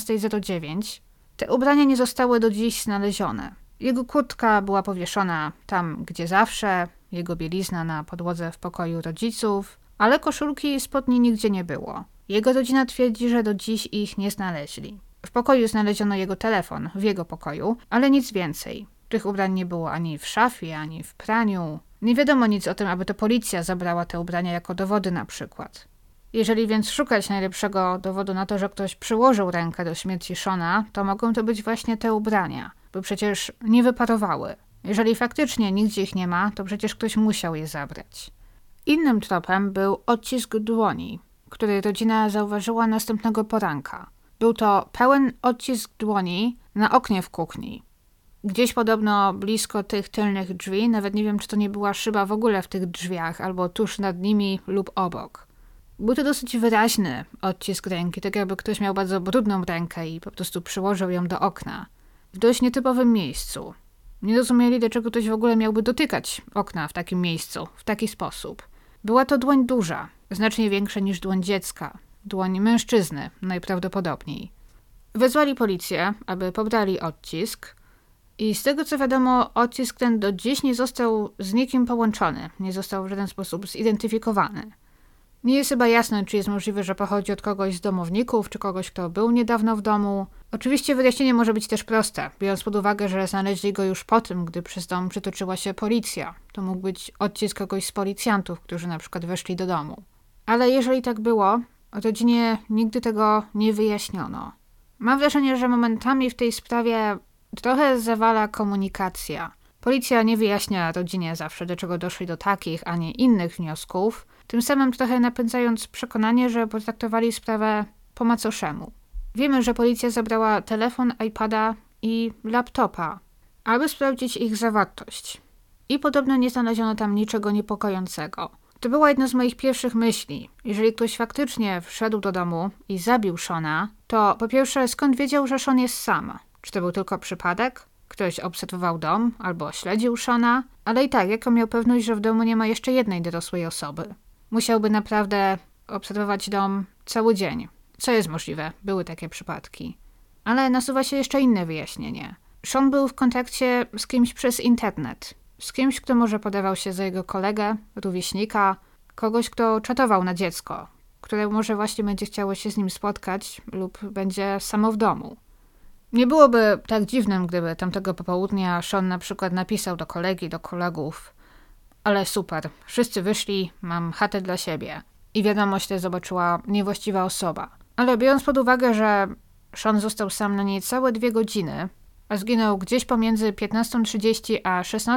15:09, te ubrania nie zostały do dziś znalezione. Jego kurtka była powieszona tam, gdzie zawsze, jego bielizna na podłodze w pokoju rodziców, ale koszulki i spodni nigdzie nie było. Jego rodzina twierdzi, że do dziś ich nie znaleźli. W pokoju znaleziono jego telefon, w jego pokoju, ale nic więcej. Tych ubrań nie było ani w szafie, ani w praniu. Nie wiadomo nic o tym, aby to policja zabrała te ubrania jako dowody na przykład. Jeżeli więc szukać najlepszego dowodu na to, że ktoś przyłożył rękę do śmierci Shona, to mogą to być właśnie te ubrania, bo przecież nie wyparowały. Jeżeli faktycznie nigdzie ich nie ma, to przecież ktoś musiał je zabrać. Innym tropem był odcisk dłoni, który rodzina zauważyła następnego poranka. Był to pełen odcisk dłoni na oknie w kuchni. Gdzieś podobno blisko tych tylnych drzwi, nawet nie wiem, czy to nie była szyba w ogóle w tych drzwiach, albo tuż nad nimi lub obok. Był to dosyć wyraźny odcisk ręki, tak jakby ktoś miał bardzo brudną rękę i po prostu przyłożył ją do okna. W dość nietypowym miejscu. Nie rozumieli, dlaczego ktoś w ogóle miałby dotykać okna w takim miejscu, w taki sposób. Była to dłoń duża, znacznie większa niż dłoń dziecka. Dłoń mężczyzny, najprawdopodobniej. Wezwali policję, aby pobrali odcisk i z tego co wiadomo, odcisk ten do dziś nie został z nikim połączony, nie został w żaden sposób zidentyfikowany. Nie jest chyba jasne, czy jest możliwe, że pochodzi od kogoś z domowników, czy kogoś, kto był niedawno w domu. Oczywiście wyjaśnienie może być też proste, biorąc pod uwagę, że znaleźli go już po tym, gdy przez dom przetoczyła się policja. To mógł być odcisk kogoś z policjantów, którzy na przykład weszli do domu. Ale jeżeli tak było, rodzinie nigdy tego nie wyjaśniono. Mam wrażenie, że momentami w tej sprawie trochę zawala komunikacja. Policja nie wyjaśnia rodzinie zawsze, dlaczego doszli do takich, a nie innych wniosków, tym samym trochę napędzając przekonanie, że potraktowali sprawę po macoszemu. Wiemy, że policja zabrała telefon, iPada i laptopa, aby sprawdzić ich zawartość. I podobno nie znaleziono tam niczego niepokojącego. To była jedna z moich pierwszych myśli. Jeżeli ktoś faktycznie wszedł do domu i zabił Shona, to po pierwsze skąd wiedział, że Sean jest sam? Czy to był tylko przypadek? Ktoś obserwował dom albo śledził Shona? Ale i tak, jaką miał pewność, że w domu nie ma jeszcze jednej dorosłej osoby? Musiałby naprawdę obserwować dom cały dzień. Co jest możliwe, były takie przypadki. Ale nasuwa się jeszcze inne wyjaśnienie. Sean był w kontakcie z kimś przez internet. Z kimś, kto może podawał się za jego kolegę, rówieśnika, kogoś, kto czatował na dziecko, które może właśnie będzie chciało się z nim spotkać lub będzie samo w domu. Nie byłoby tak dziwnym, gdyby tamtego popołudnia Sean na przykład napisał do kolegi, do kolegów: ale super, wszyscy wyszli, mam chatę dla siebie. I wiadomość tę zobaczyła niewłaściwa osoba. Ale biorąc pod uwagę, że Sean został sam na niecałe 2 godziny, a zginął gdzieś pomiędzy 15:30 a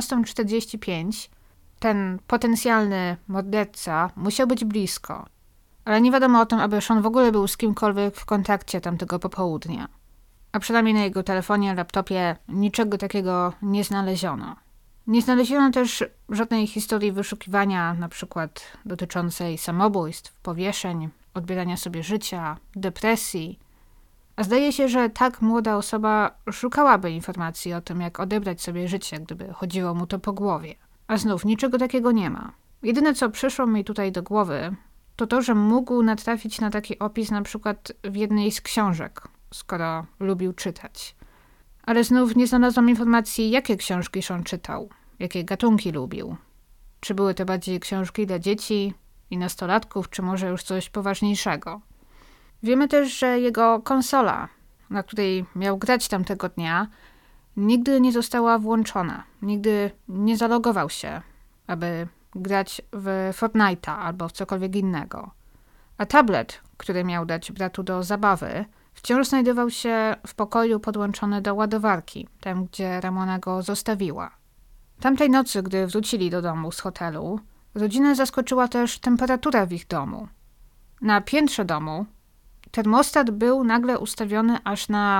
16:45, ten potencjalny morderca musiał być blisko. Ale nie wiadomo o tym, aby Sean w ogóle był z kimkolwiek w kontakcie tamtego popołudnia. A przynajmniej na jego telefonie, laptopie niczego takiego nie znaleziono. Nie znaleziono też żadnej historii wyszukiwania, na przykład dotyczącej samobójstw, powieszeń, odbierania sobie życia, depresji. A zdaje się, że tak młoda osoba szukałaby informacji o tym, jak odebrać sobie życie, gdyby chodziło mu to po głowie. A znów niczego takiego nie ma. Jedyne, co przyszło mi tutaj do głowy, to to, że mógł natrafić na taki opis na przykład w jednej z książek, skoro lubił czytać. Ale znów nie znalazłam informacji, jakie książki Sean czytał, jakie gatunki lubił. Czy były to bardziej książki dla dzieci i nastolatków, czy może już coś poważniejszego. Wiemy też, że jego konsola, na której miał grać tamtego dnia, nigdy nie została włączona. Nigdy nie zalogował się, aby grać w Fortnite'a albo w cokolwiek innego. A tablet, który miał dać bratu do zabawy, wciąż znajdował się w pokoju podłączony do ładowarki, tam gdzie Ramona go zostawiła. Tamtej nocy, gdy wrócili do domu z hotelu, rodzinę zaskoczyła też temperatura w ich domu. Na piętrze domu termostat był nagle ustawiony aż na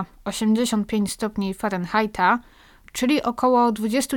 85 stopni Fahrenheita, czyli około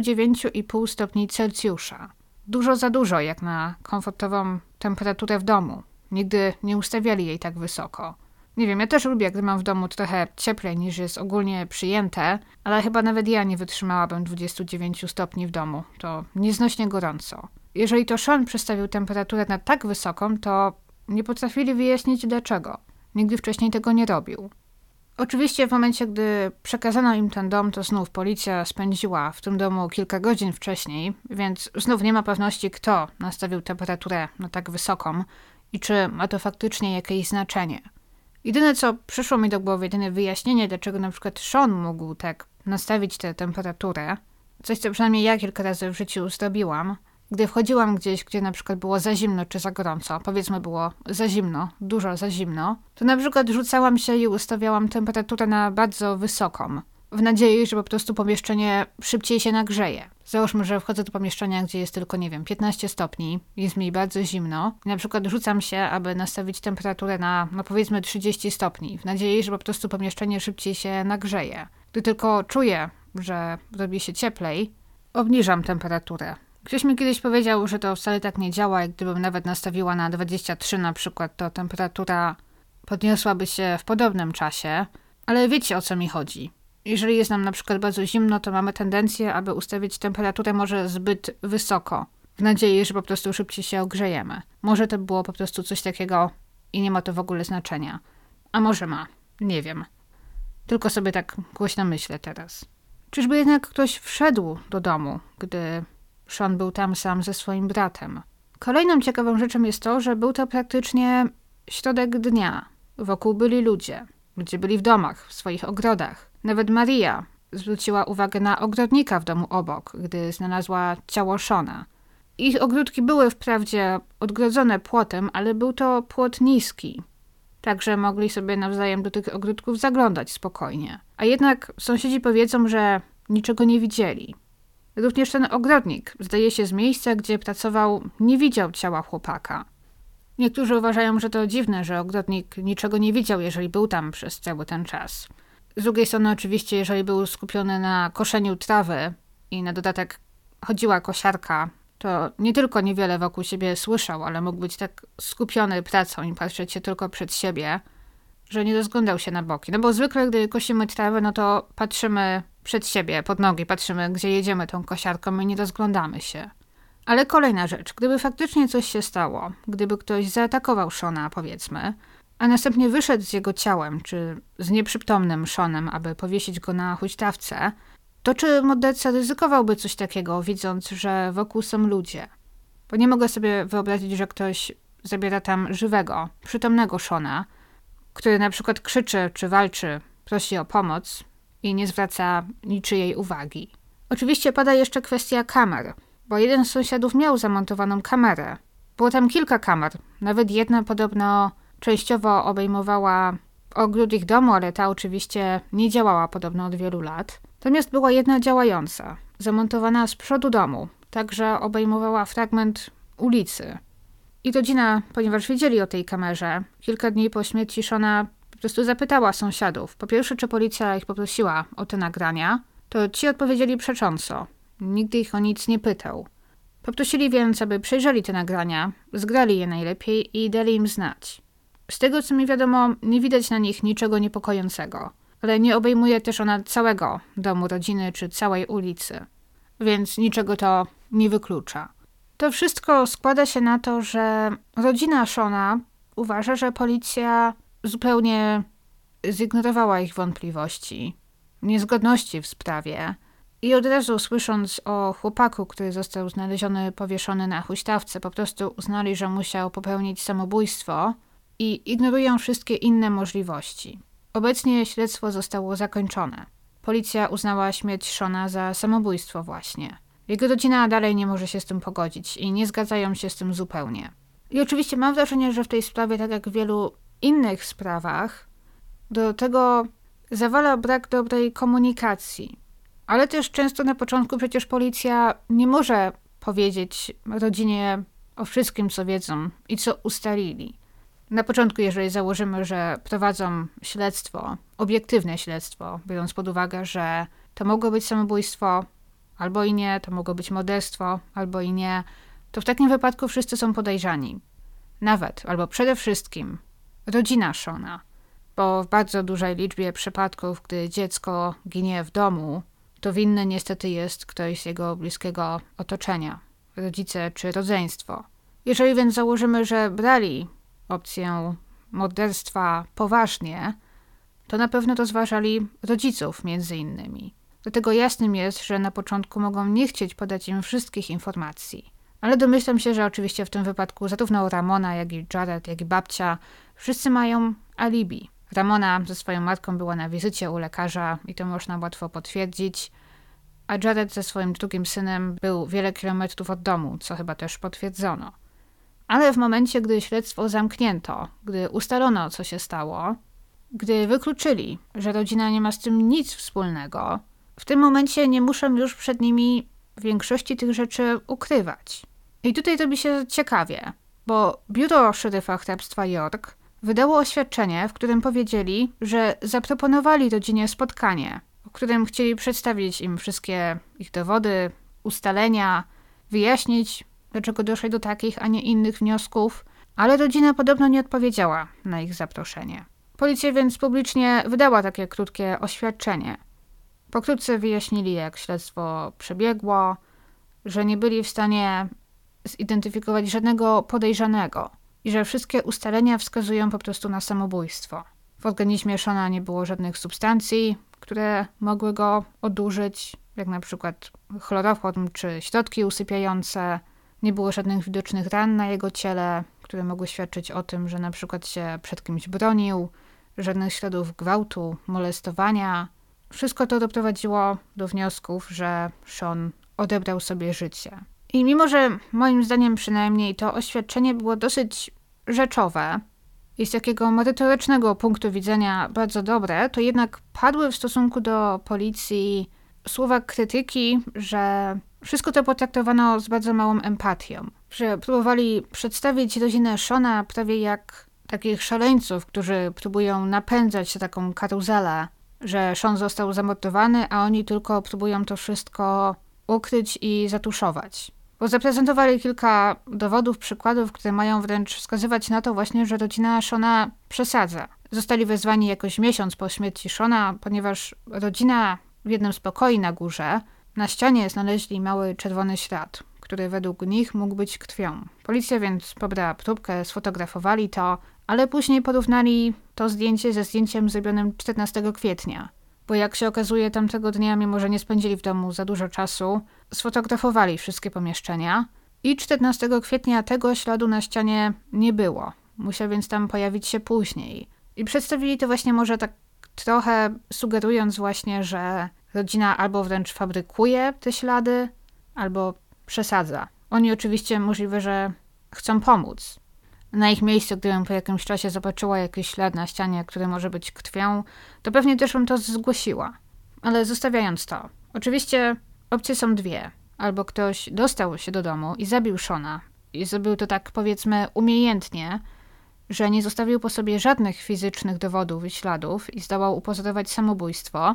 29,5 stopni Celsjusza. Dużo za dużo jak na komfortową temperaturę w domu. Nigdy nie ustawiali jej tak wysoko. Nie wiem, ja też lubię, gdy mam w domu trochę cieplej niż jest ogólnie przyjęte, ale chyba nawet ja nie wytrzymałabym 29 stopni w domu. To nieznośnie gorąco. Jeżeli to Sean przestawił temperaturę na tak wysoką, to nie potrafili wyjaśnić dlaczego. Nigdy wcześniej tego nie robił. Oczywiście w momencie, gdy przekazano im ten dom, to znów policja spędziła w tym domu kilka godzin wcześniej, więc znów nie ma pewności, kto nastawił temperaturę na tak wysoką i czy ma to faktycznie jakieś znaczenie. Jedyne, co przyszło mi do głowy, jedyne wyjaśnienie, dlaczego na przykład Sean mógł tak nastawić tę temperaturę, coś, co przynajmniej ja kilka razy w życiu zrobiłam, gdy wchodziłam gdzieś, gdzie na przykład było za zimno czy za gorąco, powiedzmy było za zimno, dużo za zimno, to na przykład rzucałam się i ustawiałam temperaturę na bardzo wysoką, w nadziei, że po prostu pomieszczenie szybciej się nagrzeje. Załóżmy, że wchodzę do pomieszczenia, gdzie jest tylko, 15 stopni, jest mi bardzo zimno i na przykład rzucam się, aby nastawić temperaturę na, powiedzmy 30 stopni, w nadziei, że po prostu pomieszczenie szybciej się nagrzeje. Gdy tylko czuję, że robi się cieplej, obniżam temperaturę. Ktoś mi kiedyś powiedział, że to wcale tak nie działa i gdybym nawet nastawiła na 23 na przykład, to temperatura podniosłaby się w podobnym czasie, ale wiecie, o co mi chodzi. Jeżeli jest nam na przykład bardzo zimno, to mamy tendencję, aby ustawić temperaturę może zbyt wysoko, w nadziei, że po prostu szybciej się ogrzejemy. Może to było po prostu coś takiego i nie ma to w ogóle znaczenia. A może ma, nie wiem. Tylko sobie tak głośno myślę teraz. Czyżby jednak ktoś wszedł do domu, gdy Sean był tam sam ze swoim bratem? Kolejną ciekawą rzeczą jest to, że był to praktycznie środek dnia. Wokół byli ludzie. Ludzie byli w domach, w swoich ogrodach. Nawet Maria zwróciła uwagę na ogrodnika w domu obok, gdy znalazła ciało Seana. Ich ogródki były wprawdzie odgrodzone płotem, ale był to płot niski. Także mogli sobie nawzajem do tych ogródków zaglądać spokojnie. A jednak sąsiedzi powiedzą, że niczego nie widzieli. Również ten ogrodnik, zdaje się z miejsca, gdzie pracował, nie widział ciała chłopaka. Niektórzy uważają, że to dziwne, że ogrodnik niczego nie widział, jeżeli był tam przez cały ten czas. Z drugiej strony oczywiście, jeżeli był skupiony na koszeniu trawy i na dodatek chodziła kosiarka, to nie tylko niewiele wokół siebie słyszał, ale mógł być tak skupiony pracą i patrzeć się tylko przed siebie, że nie rozglądał się na boki. No bo zwykle, gdy kosimy trawę, no to patrzymy przed siebie, pod nogi, patrzymy, gdzie jedziemy tą kosiarką i nie rozglądamy się. Ale kolejna rzecz, gdyby faktycznie coś się stało, gdyby ktoś zaatakował Seana, powiedzmy, a następnie wyszedł z jego ciałem, czy z nieprzytomnym Seanem, aby powiesić go na huśtawce, to czy morderca ryzykowałby coś takiego, widząc, że wokół są ludzie? Bo nie mogę sobie wyobrazić, że ktoś zabiera tam żywego, przytomnego Seana, który na przykład krzyczy czy walczy, prosi o pomoc i nie zwraca niczyjej uwagi. Oczywiście pada jeszcze kwestia kamer, bo jeden z sąsiadów miał zamontowaną kamerę. Było tam kilka kamer, nawet jedna podobno częściowo obejmowała ogród ich domu, ale ta oczywiście nie działała podobno od wielu lat. Natomiast była jedna działająca, zamontowana z przodu domu, także obejmowała fragment ulicy. I rodzina, ponieważ wiedzieli o tej kamerze, kilka dni po śmierci Seana po prostu zapytała sąsiadów. Po pierwsze, czy policja ich poprosiła o te nagrania, to ci odpowiedzieli przecząco. Nigdy ich o nic nie pytał. Poprosili więc, aby przejrzeli te nagrania, zgrali je najlepiej i dali im znać. Z tego, co mi wiadomo, nie widać na nich niczego niepokojącego, ale nie obejmuje też ona całego domu rodziny czy całej ulicy, więc niczego to nie wyklucza. To wszystko składa się na to, że rodzina Seana uważa, że policja zupełnie zignorowała ich wątpliwości, niezgodności w sprawie i od razu słysząc o chłopaku, który został znaleziony powieszony na huśtawce, po prostu uznali, że musiał popełnić samobójstwo i ignorują wszystkie inne możliwości. Obecnie śledztwo zostało zakończone. Policja uznała śmierć Seana za samobójstwo właśnie. Jego rodzina dalej nie może się z tym pogodzić i nie zgadzają się z tym zupełnie. I oczywiście mam wrażenie, że w tej sprawie, tak jak w wielu innych sprawach, do tego zawala brak dobrej komunikacji. Ale też często na początku przecież policja nie może powiedzieć rodzinie o wszystkim, co wiedzą i co ustalili. Na początku, jeżeli założymy, że prowadzą śledztwo, obiektywne śledztwo, biorąc pod uwagę, że to mogło być samobójstwo, albo i nie, to mogło być morderstwo, albo i nie, to w takim wypadku wszyscy są podejrzani. Nawet, albo przede wszystkim rodzina Shona, bo w bardzo dużej liczbie przypadków, gdy dziecko ginie w domu, to winny niestety jest ktoś z jego bliskiego otoczenia, rodzice czy rodzeństwo. Jeżeli więc założymy, że brali opcję morderstwa poważnie, to na pewno rozważali rodziców między innymi. Dlatego jasnym jest, że na początku mogą nie chcieć podać im wszystkich informacji. Ale domyślam się, że oczywiście w tym wypadku zarówno Ramona, jak i Jared, jak i babcia, wszyscy mają alibi. Ramona ze swoją matką była na wizycie u lekarza i to można łatwo potwierdzić, a Jared ze swoim drugim synem był wiele kilometrów od domu, co chyba też potwierdzono. Ale w momencie, gdy śledztwo zamknięto, gdy ustalono, co się stało, gdy wykluczyli, że rodzina nie ma z tym nic wspólnego, w tym momencie nie muszą już przed nimi większości tych rzeczy ukrywać. I tutaj robi się ciekawie, bo biuro szeryfa hrabstwa York wydało oświadczenie, w którym powiedzieli, że zaproponowali rodzinie spotkanie, w którym chcieli przedstawić im wszystkie ich dowody, ustalenia, wyjaśnić, dlaczego doszli do takich, a nie innych wniosków, ale rodzina podobno nie odpowiedziała na ich zaproszenie. Policja więc publicznie wydała takie krótkie oświadczenie. Pokrótce wyjaśnili, jak śledztwo przebiegło, że nie byli w stanie zidentyfikować żadnego podejrzanego i że wszystkie ustalenia wskazują po prostu na samobójstwo. W organizmie Shona nie było żadnych substancji, które mogły go odurzyć, jak na przykład chloroform czy środki usypiające. Nie było żadnych widocznych ran na jego ciele, które mogły świadczyć o tym, że na przykład się przed kimś bronił, żadnych śladów gwałtu, molestowania. Wszystko to doprowadziło do wniosków, że Sean odebrał sobie życie. I mimo, że moim zdaniem przynajmniej to oświadczenie było dosyć rzeczowe i z takiego merytorycznego punktu widzenia bardzo dobre, to jednak padły w stosunku do policji słowa krytyki, że wszystko to potraktowano z bardzo małą empatią. Że próbowali przedstawić rodzinę Shona prawie jak takich szaleńców, którzy próbują napędzać taką karuzelę, że Sean został zamordowany, a oni tylko próbują to wszystko ukryć i zatuszować. Bo zaprezentowali kilka dowodów, przykładów, które mają wręcz wskazywać na to właśnie, że rodzina Shona przesadza. Zostali wezwani jakoś miesiąc po śmierci Shona, ponieważ rodzina w jednym z pokoi na górze na ścianie znaleźli mały czerwony ślad, który według nich mógł być krwią. Policja więc pobrała próbkę, sfotografowali to, ale później porównali to zdjęcie ze zdjęciem zrobionym 14 kwietnia. Bo jak się okazuje, tamtego dnia, mimo że nie spędzili w domu za dużo czasu, sfotografowali wszystkie pomieszczenia i 14 kwietnia tego śladu na ścianie nie było. Musiał więc tam pojawić się później. I przedstawili to właśnie może tak trochę sugerując właśnie, że rodzina albo wręcz fabrykuje te ślady, albo przesadza. Oni oczywiście możliwe, że chcą pomóc. Na ich miejscu, gdybym po jakimś czasie zobaczyła jakiś ślad na ścianie, który może być krwią, to pewnie też bym to zgłosiła. Ale zostawiając to, oczywiście opcje są dwie. Albo ktoś dostał się do domu i zabił Shona i zrobił to tak powiedzmy umiejętnie, że nie zostawił po sobie żadnych fizycznych dowodów i śladów i zdołał upozorować samobójstwo,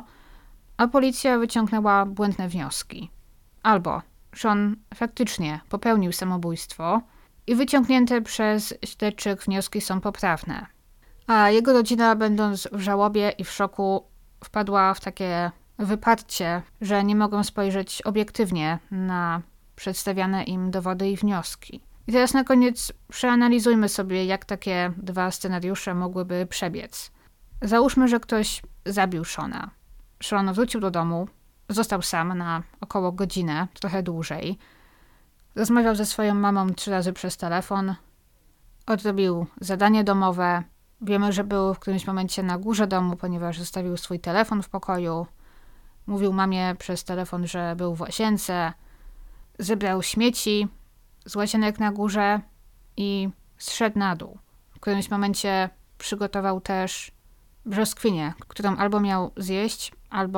a policja wyciągnęła błędne wnioski. Albo Sean faktycznie popełnił samobójstwo i wyciągnięte przez śledczych wnioski są poprawne. A jego rodzina, będąc w żałobie i w szoku, wpadła w takie wyparcie, że nie mogą spojrzeć obiektywnie na przedstawiane im dowody i wnioski. I teraz na koniec przeanalizujmy sobie, jak takie dwa scenariusze mogłyby przebiec. Załóżmy, że ktoś zabił Shona. Sean wrócił do domu, został sam na około godzinę, trochę dłużej. Rozmawiał ze swoją mamą 3 razy przez telefon. Odrobił zadanie domowe. Wiemy, że był w którymś momencie na górze domu, ponieważ zostawił swój telefon w pokoju. Mówił mamie przez telefon, że był w łazience. Zebrał śmieci z łazienek na górze i zszedł na dół. W którymś momencie przygotował też brzoskwinię, którą albo miał zjeść, albo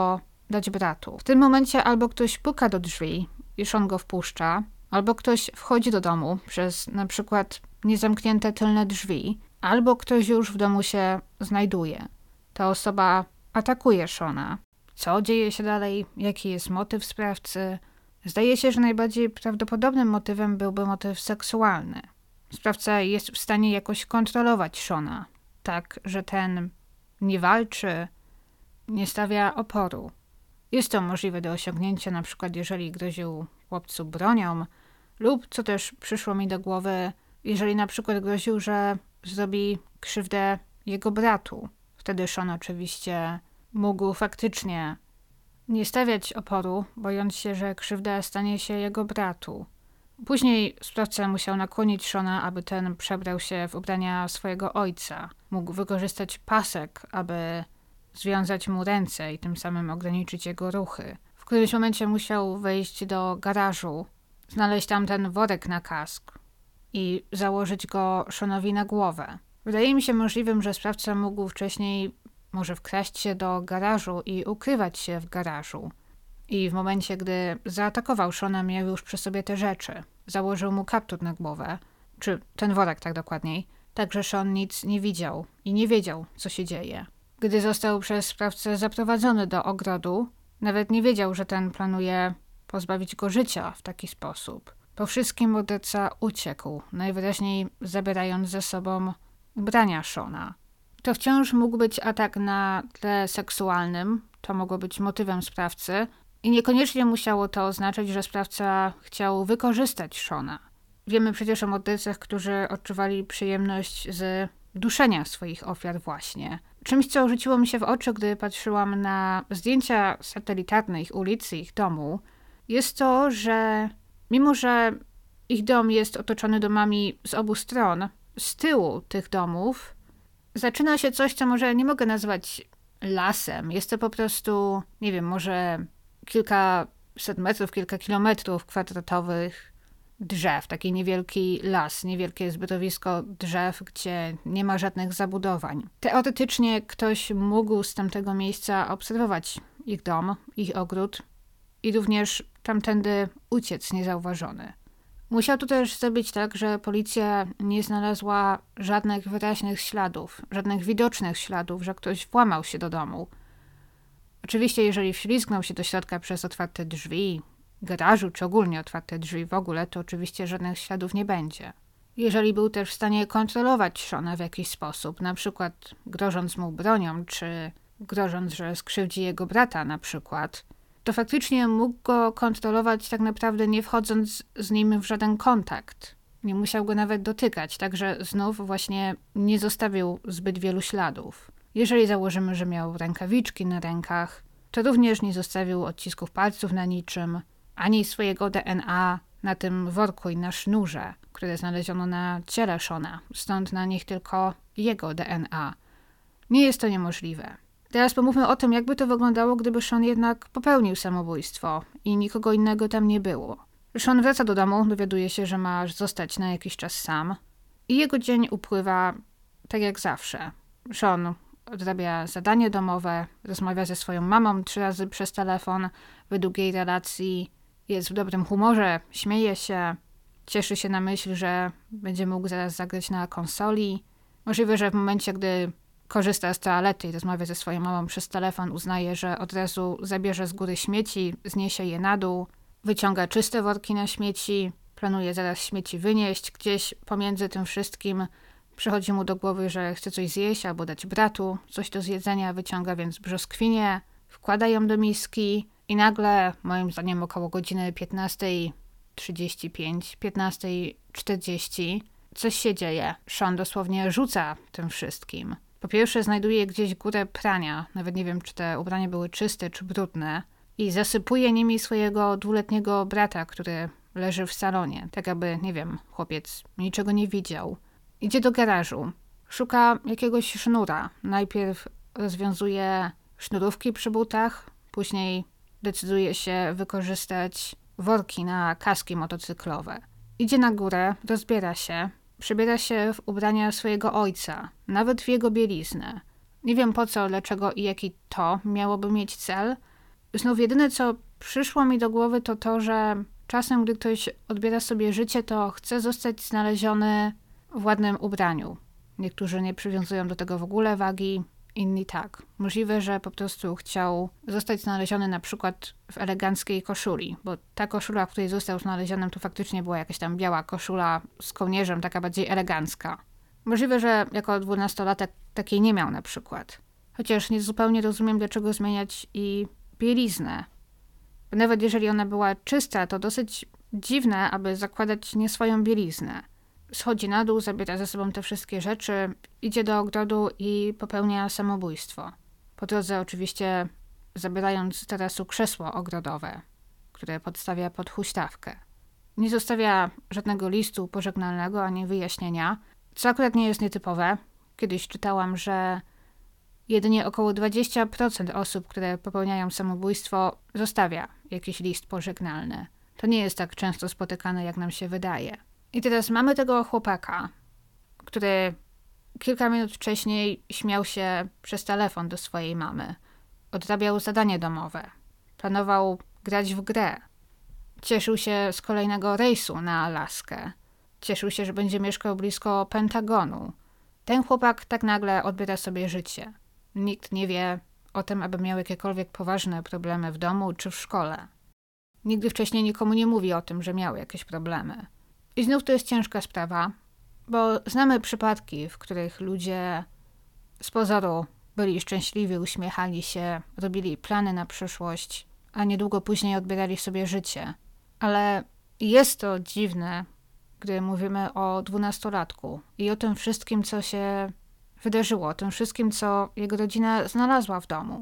dać bratu. W tym momencie albo ktoś puka do drzwi i Sean go wpuszcza, albo ktoś wchodzi do domu przez na przykład niezamknięte tylne drzwi, albo ktoś już w domu się znajduje. Ta osoba atakuje Seana. Co dzieje się dalej? Jaki jest motyw sprawcy? Zdaje się, że najbardziej prawdopodobnym motywem byłby motyw seksualny. Sprawca jest w stanie jakoś kontrolować Seana, tak, że ten nie walczy, nie stawia oporu. Jest to możliwe do osiągnięcia, na przykład jeżeli groził chłopcu bronią, lub, co też przyszło mi do głowy, jeżeli na przykład groził, że zrobi krzywdę jego bratu. Wtedy Sean oczywiście mógł faktycznie nie stawiać oporu, bojąc się, że krzywda stanie się jego bratu. Później sprawca musiał nakłonić Seana, aby ten przebrał się w ubrania swojego ojca. Mógł wykorzystać pasek, aby związać mu ręce i tym samym ograniczyć jego ruchy. W którymś momencie musiał wejść do garażu, znaleźć tam ten worek na kask i założyć go Seanowi na głowę. Wydaje mi się możliwym, że sprawca mógł wcześniej może wkraść się do garażu i ukrywać się w garażu. I w momencie, gdy zaatakował Seana, miał już przy sobie te rzeczy. Założył mu kaptur na głowę, czy ten worek tak dokładniej, tak że Sean nic nie widział i nie wiedział, co się dzieje. Gdy został przez sprawcę zaprowadzony do ogrodu, nawet nie wiedział, że ten planuje pozbawić go życia w taki sposób. Po wszystkim morderca uciekł, najwyraźniej zabierając ze sobą ubrania Seana. To wciąż mógł być atak na tle seksualnym, to mogło być motywem sprawcy i niekoniecznie musiało to oznaczać, że sprawca chciał wykorzystać Seana. Wiemy przecież o mordercach, którzy odczuwali przyjemność z duszenia swoich ofiar właśnie. Czymś, co rzuciło mi się w oczy, gdy patrzyłam na zdjęcia satelitarne ich ulicy, ich domu, jest to, że mimo, że ich dom jest otoczony domami z obu stron, z tyłu tych domów zaczyna się coś, co może nie mogę nazwać lasem. Jest to po prostu, nie wiem, może kilkaset metrów, kilka kilometrów kwadratowych drzew. Taki niewielki las, niewielkie zbytowisko drzew, gdzie nie ma żadnych zabudowań. Teoretycznie ktoś mógł z tamtego miejsca obserwować ich dom, ich ogród i również tamtędy uciec niezauważony. Musiał to też zrobić tak, że policja nie znalazła żadnych wyraźnych śladów, żadnych widocznych śladów, że ktoś włamał się do domu. Oczywiście, jeżeli wślizgnął się do środka przez otwarte drzwi, garażu, czy ogólnie otwarte drzwi w ogóle, to oczywiście żadnych śladów nie będzie. Jeżeli był też w stanie kontrolować Seana w jakiś sposób, na przykład grożąc mu bronią, czy grożąc, że skrzywdzi jego brata na przykład, to faktycznie mógł go kontrolować tak naprawdę nie wchodząc z nim w żaden kontakt. Nie musiał go nawet dotykać, także znów właśnie nie zostawił zbyt wielu śladów. Jeżeli założymy, że miał rękawiczki na rękach, to również nie zostawił odcisków palców na niczym, ani swojego DNA na tym worku i na sznurze, które znaleziono na ciele Seana, stąd na nich tylko jego DNA. Nie jest to niemożliwe. Teraz pomówmy o tym, jakby to wyglądało, gdyby Sean jednak popełnił samobójstwo i nikogo innego tam nie było. Sean wraca do domu, dowiaduje się, że ma zostać na jakiś czas sam i jego dzień upływa tak jak zawsze. Sean odrabia zadanie domowe, rozmawia ze swoją mamą 3 razy przez telefon, według jej relacji jest w dobrym humorze, śmieje się, cieszy się na myśl, że będzie mógł zaraz zagrać na konsoli. Możliwe, że w momencie, gdy korzysta z toalety i rozmawia ze swoją mamą przez telefon, uznaje, że od razu zabierze z góry śmieci, zniesie je na dół, wyciąga czyste worki na śmieci, planuje zaraz śmieci wynieść. Gdzieś pomiędzy tym wszystkim przychodzi mu do głowy, że chce coś zjeść albo dać bratu coś do zjedzenia, wyciąga więc brzoskwinię, wkłada ją do miski i nagle, moim zdaniem około godziny 15:35, 15:40, coś się dzieje. Sean dosłownie rzuca tym wszystkim. Po pierwsze znajduje gdzieś górę prania, nawet nie wiem, czy te ubrania były czyste czy brudne, i zasypuje nimi swojego 2-letniego brata, który leży w salonie, tak aby, nie wiem, chłopiec niczego nie widział. Idzie do garażu, szuka jakiegoś sznura. Najpierw rozwiązuje sznurówki przy butach, później decyduje się wykorzystać worki na kaski motocyklowe. Idzie na górę, rozbiera się, przebiera się w ubrania swojego ojca, nawet w jego bieliznę. Nie wiem po co, dlaczego i jaki to miałoby mieć cel, Znów jedyne, co przyszło mi do głowy, to to, że czasem, gdy ktoś odbiera sobie życie, to chce zostać znaleziony w ładnym ubraniu. Niektórzy nie przywiązują do tego w ogóle wagi, inni tak. Możliwe, że po prostu chciał zostać znaleziony na przykład w eleganckiej koszuli, bo ta koszula, w której został znaleziony, to faktycznie była jakaś tam biała koszula z kołnierzem, taka bardziej elegancka. Możliwe, że jako 12-latek takiej nie miał na przykład. Chociaż nie zupełnie rozumiem, dlaczego zmieniać i bieliznę. Bo nawet jeżeli ona była czysta, to dosyć dziwne, aby zakładać nie swoją bieliznę. Schodzi na dół, zabiera ze sobą te wszystkie rzeczy, idzie do ogrodu i popełnia samobójstwo. Po drodze oczywiście zabierając z tarasu krzesło ogrodowe, które podstawia pod huśtawkę. Nie zostawia żadnego listu pożegnalnego ani wyjaśnienia, co akurat nie jest nietypowe. Kiedyś czytałam, że jedynie około 20% osób, które popełniają samobójstwo, zostawia jakiś list pożegnalny. To nie jest tak często spotykane, jak nam się wydaje. I teraz mamy tego chłopaka, który kilka minut wcześniej śmiał się przez telefon do swojej mamy. Odrabiał zadanie domowe. Planował grać w grę. Cieszył się z kolejnego rejsu na Alaskę. Cieszył się, że będzie mieszkał blisko Pentagonu. Ten chłopak tak nagle odbiera sobie życie. Nikt nie wie o tym, aby miał jakiekolwiek poważne problemy w domu czy w szkole. Nigdy wcześniej nikomu nie mówi o tym, że miał jakieś problemy. I znów to jest ciężka sprawa, bo znamy przypadki, w których ludzie z pozoru byli szczęśliwi, uśmiechali się, robili plany na przyszłość, a niedługo później odbierali sobie życie. Ale jest to dziwne, gdy mówimy o 12-latku i o tym wszystkim, co się wydarzyło, o tym wszystkim, co jego rodzina znalazła w domu.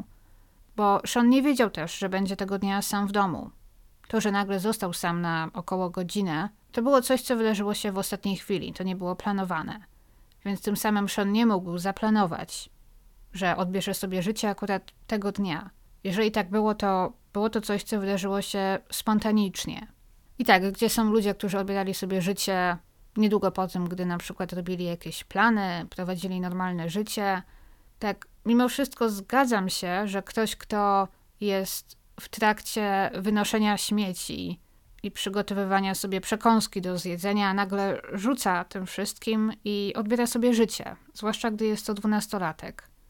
Bo Sean nie wiedział też, że będzie tego dnia sam w domu. To, że nagle został sam na około godzinę, to było coś, co wydarzyło się w ostatniej chwili. To nie było planowane. Więc tym samym Sean nie mógł zaplanować, że odbierze sobie życie akurat tego dnia. Jeżeli tak było to coś, co wydarzyło się spontanicznie. I tak, gdzie są ludzie, którzy odbierali sobie życie niedługo po tym, gdy na przykład robili jakieś plany, prowadzili normalne życie. Tak, mimo wszystko zgadzam się, że ktoś, kto jest w trakcie wynoszenia śmieci i przygotowywania sobie przekąski do zjedzenia, nagle rzuca tym wszystkim i odbiera sobie życie, zwłaszcza gdy jest to 12-latek.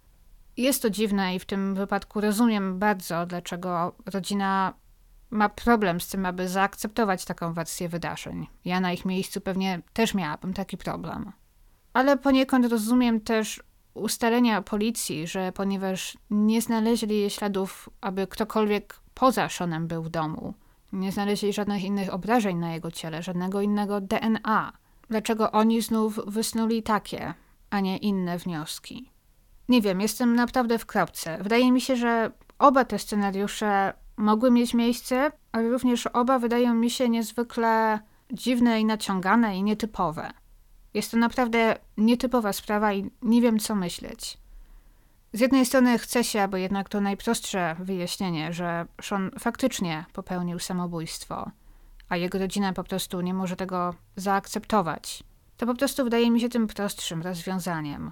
Jest to dziwne i w tym wypadku rozumiem bardzo, dlaczego rodzina ma problem z tym, aby zaakceptować taką wersję wydarzeń. Ja na ich miejscu pewnie też miałabym taki problem. Ale poniekąd rozumiem też ustalenia policji, że ponieważ nie znaleźli śladów, aby ktokolwiek poza Seanem był w domu, nie znaleźli żadnych innych obrażeń na jego ciele, żadnego innego DNA. Dlaczego oni znów wysnuli takie, a nie inne wnioski? Nie wiem, jestem naprawdę w kropce. Wydaje mi się, że oba te scenariusze mogły mieć miejsce, ale również oba wydają mi się niezwykle dziwne i naciągane i nietypowe. Jest to naprawdę nietypowa sprawa i nie wiem, co myśleć. Z jednej strony chce się, aby jednak to najprostsze wyjaśnienie, że Sean faktycznie popełnił samobójstwo, a jego rodzina po prostu nie może tego zaakceptować. To po prostu wydaje mi się tym prostszym rozwiązaniem.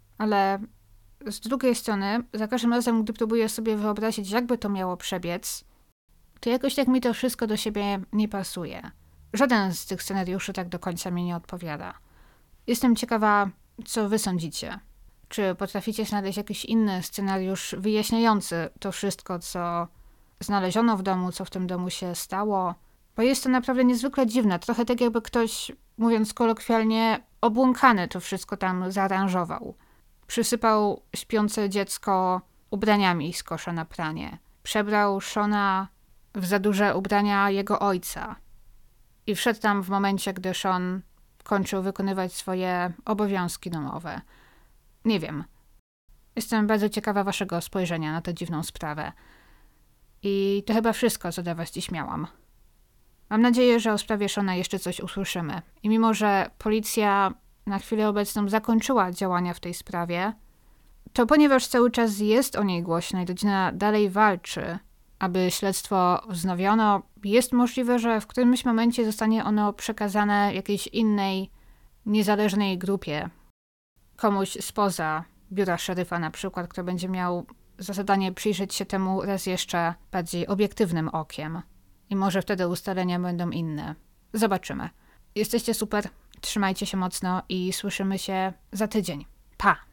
Ale z drugiej strony, za każdym razem, gdy próbuję sobie wyobrazić, jakby to miało przebiec, to jakoś tak mi to wszystko do siebie nie pasuje. Żaden z tych scenariuszy tak do końca mi nie odpowiada. Jestem ciekawa, co wy sądzicie. Czy potraficie znaleźć jakiś inny scenariusz wyjaśniający to wszystko, co znaleziono w domu, co w tym domu się stało? Bo jest to naprawdę niezwykle dziwne. Trochę tak, jakby ktoś, mówiąc kolokwialnie, obłąkany to wszystko tam zaaranżował. Przysypał śpiące dziecko ubraniami z kosza na pranie. Przebrał Seana w za duże ubrania jego ojca. I wszedł tam w momencie, gdy Sean kończył wykonywać swoje obowiązki domowe. Nie wiem. Jestem bardzo ciekawa waszego spojrzenia na tę dziwną sprawę. I to chyba wszystko, co dla was dziś miałam. Mam nadzieję, że o sprawie Seana jeszcze coś usłyszymy. I mimo, że policja na chwilę obecną zakończyła działania w tej sprawie, to ponieważ cały czas jest o niej głośno i rodzina dalej walczy, aby śledztwo wznowiono, jest możliwe, że w którymś momencie zostanie ono przekazane jakiejś innej, niezależnej grupie. Komuś spoza biura szeryfa na przykład, kto będzie miał za zadanie przyjrzeć się temu raz jeszcze bardziej obiektywnym okiem. I może wtedy ustalenia będą inne. Zobaczymy. Jesteście super, trzymajcie się mocno i słyszymy się za tydzień. Pa!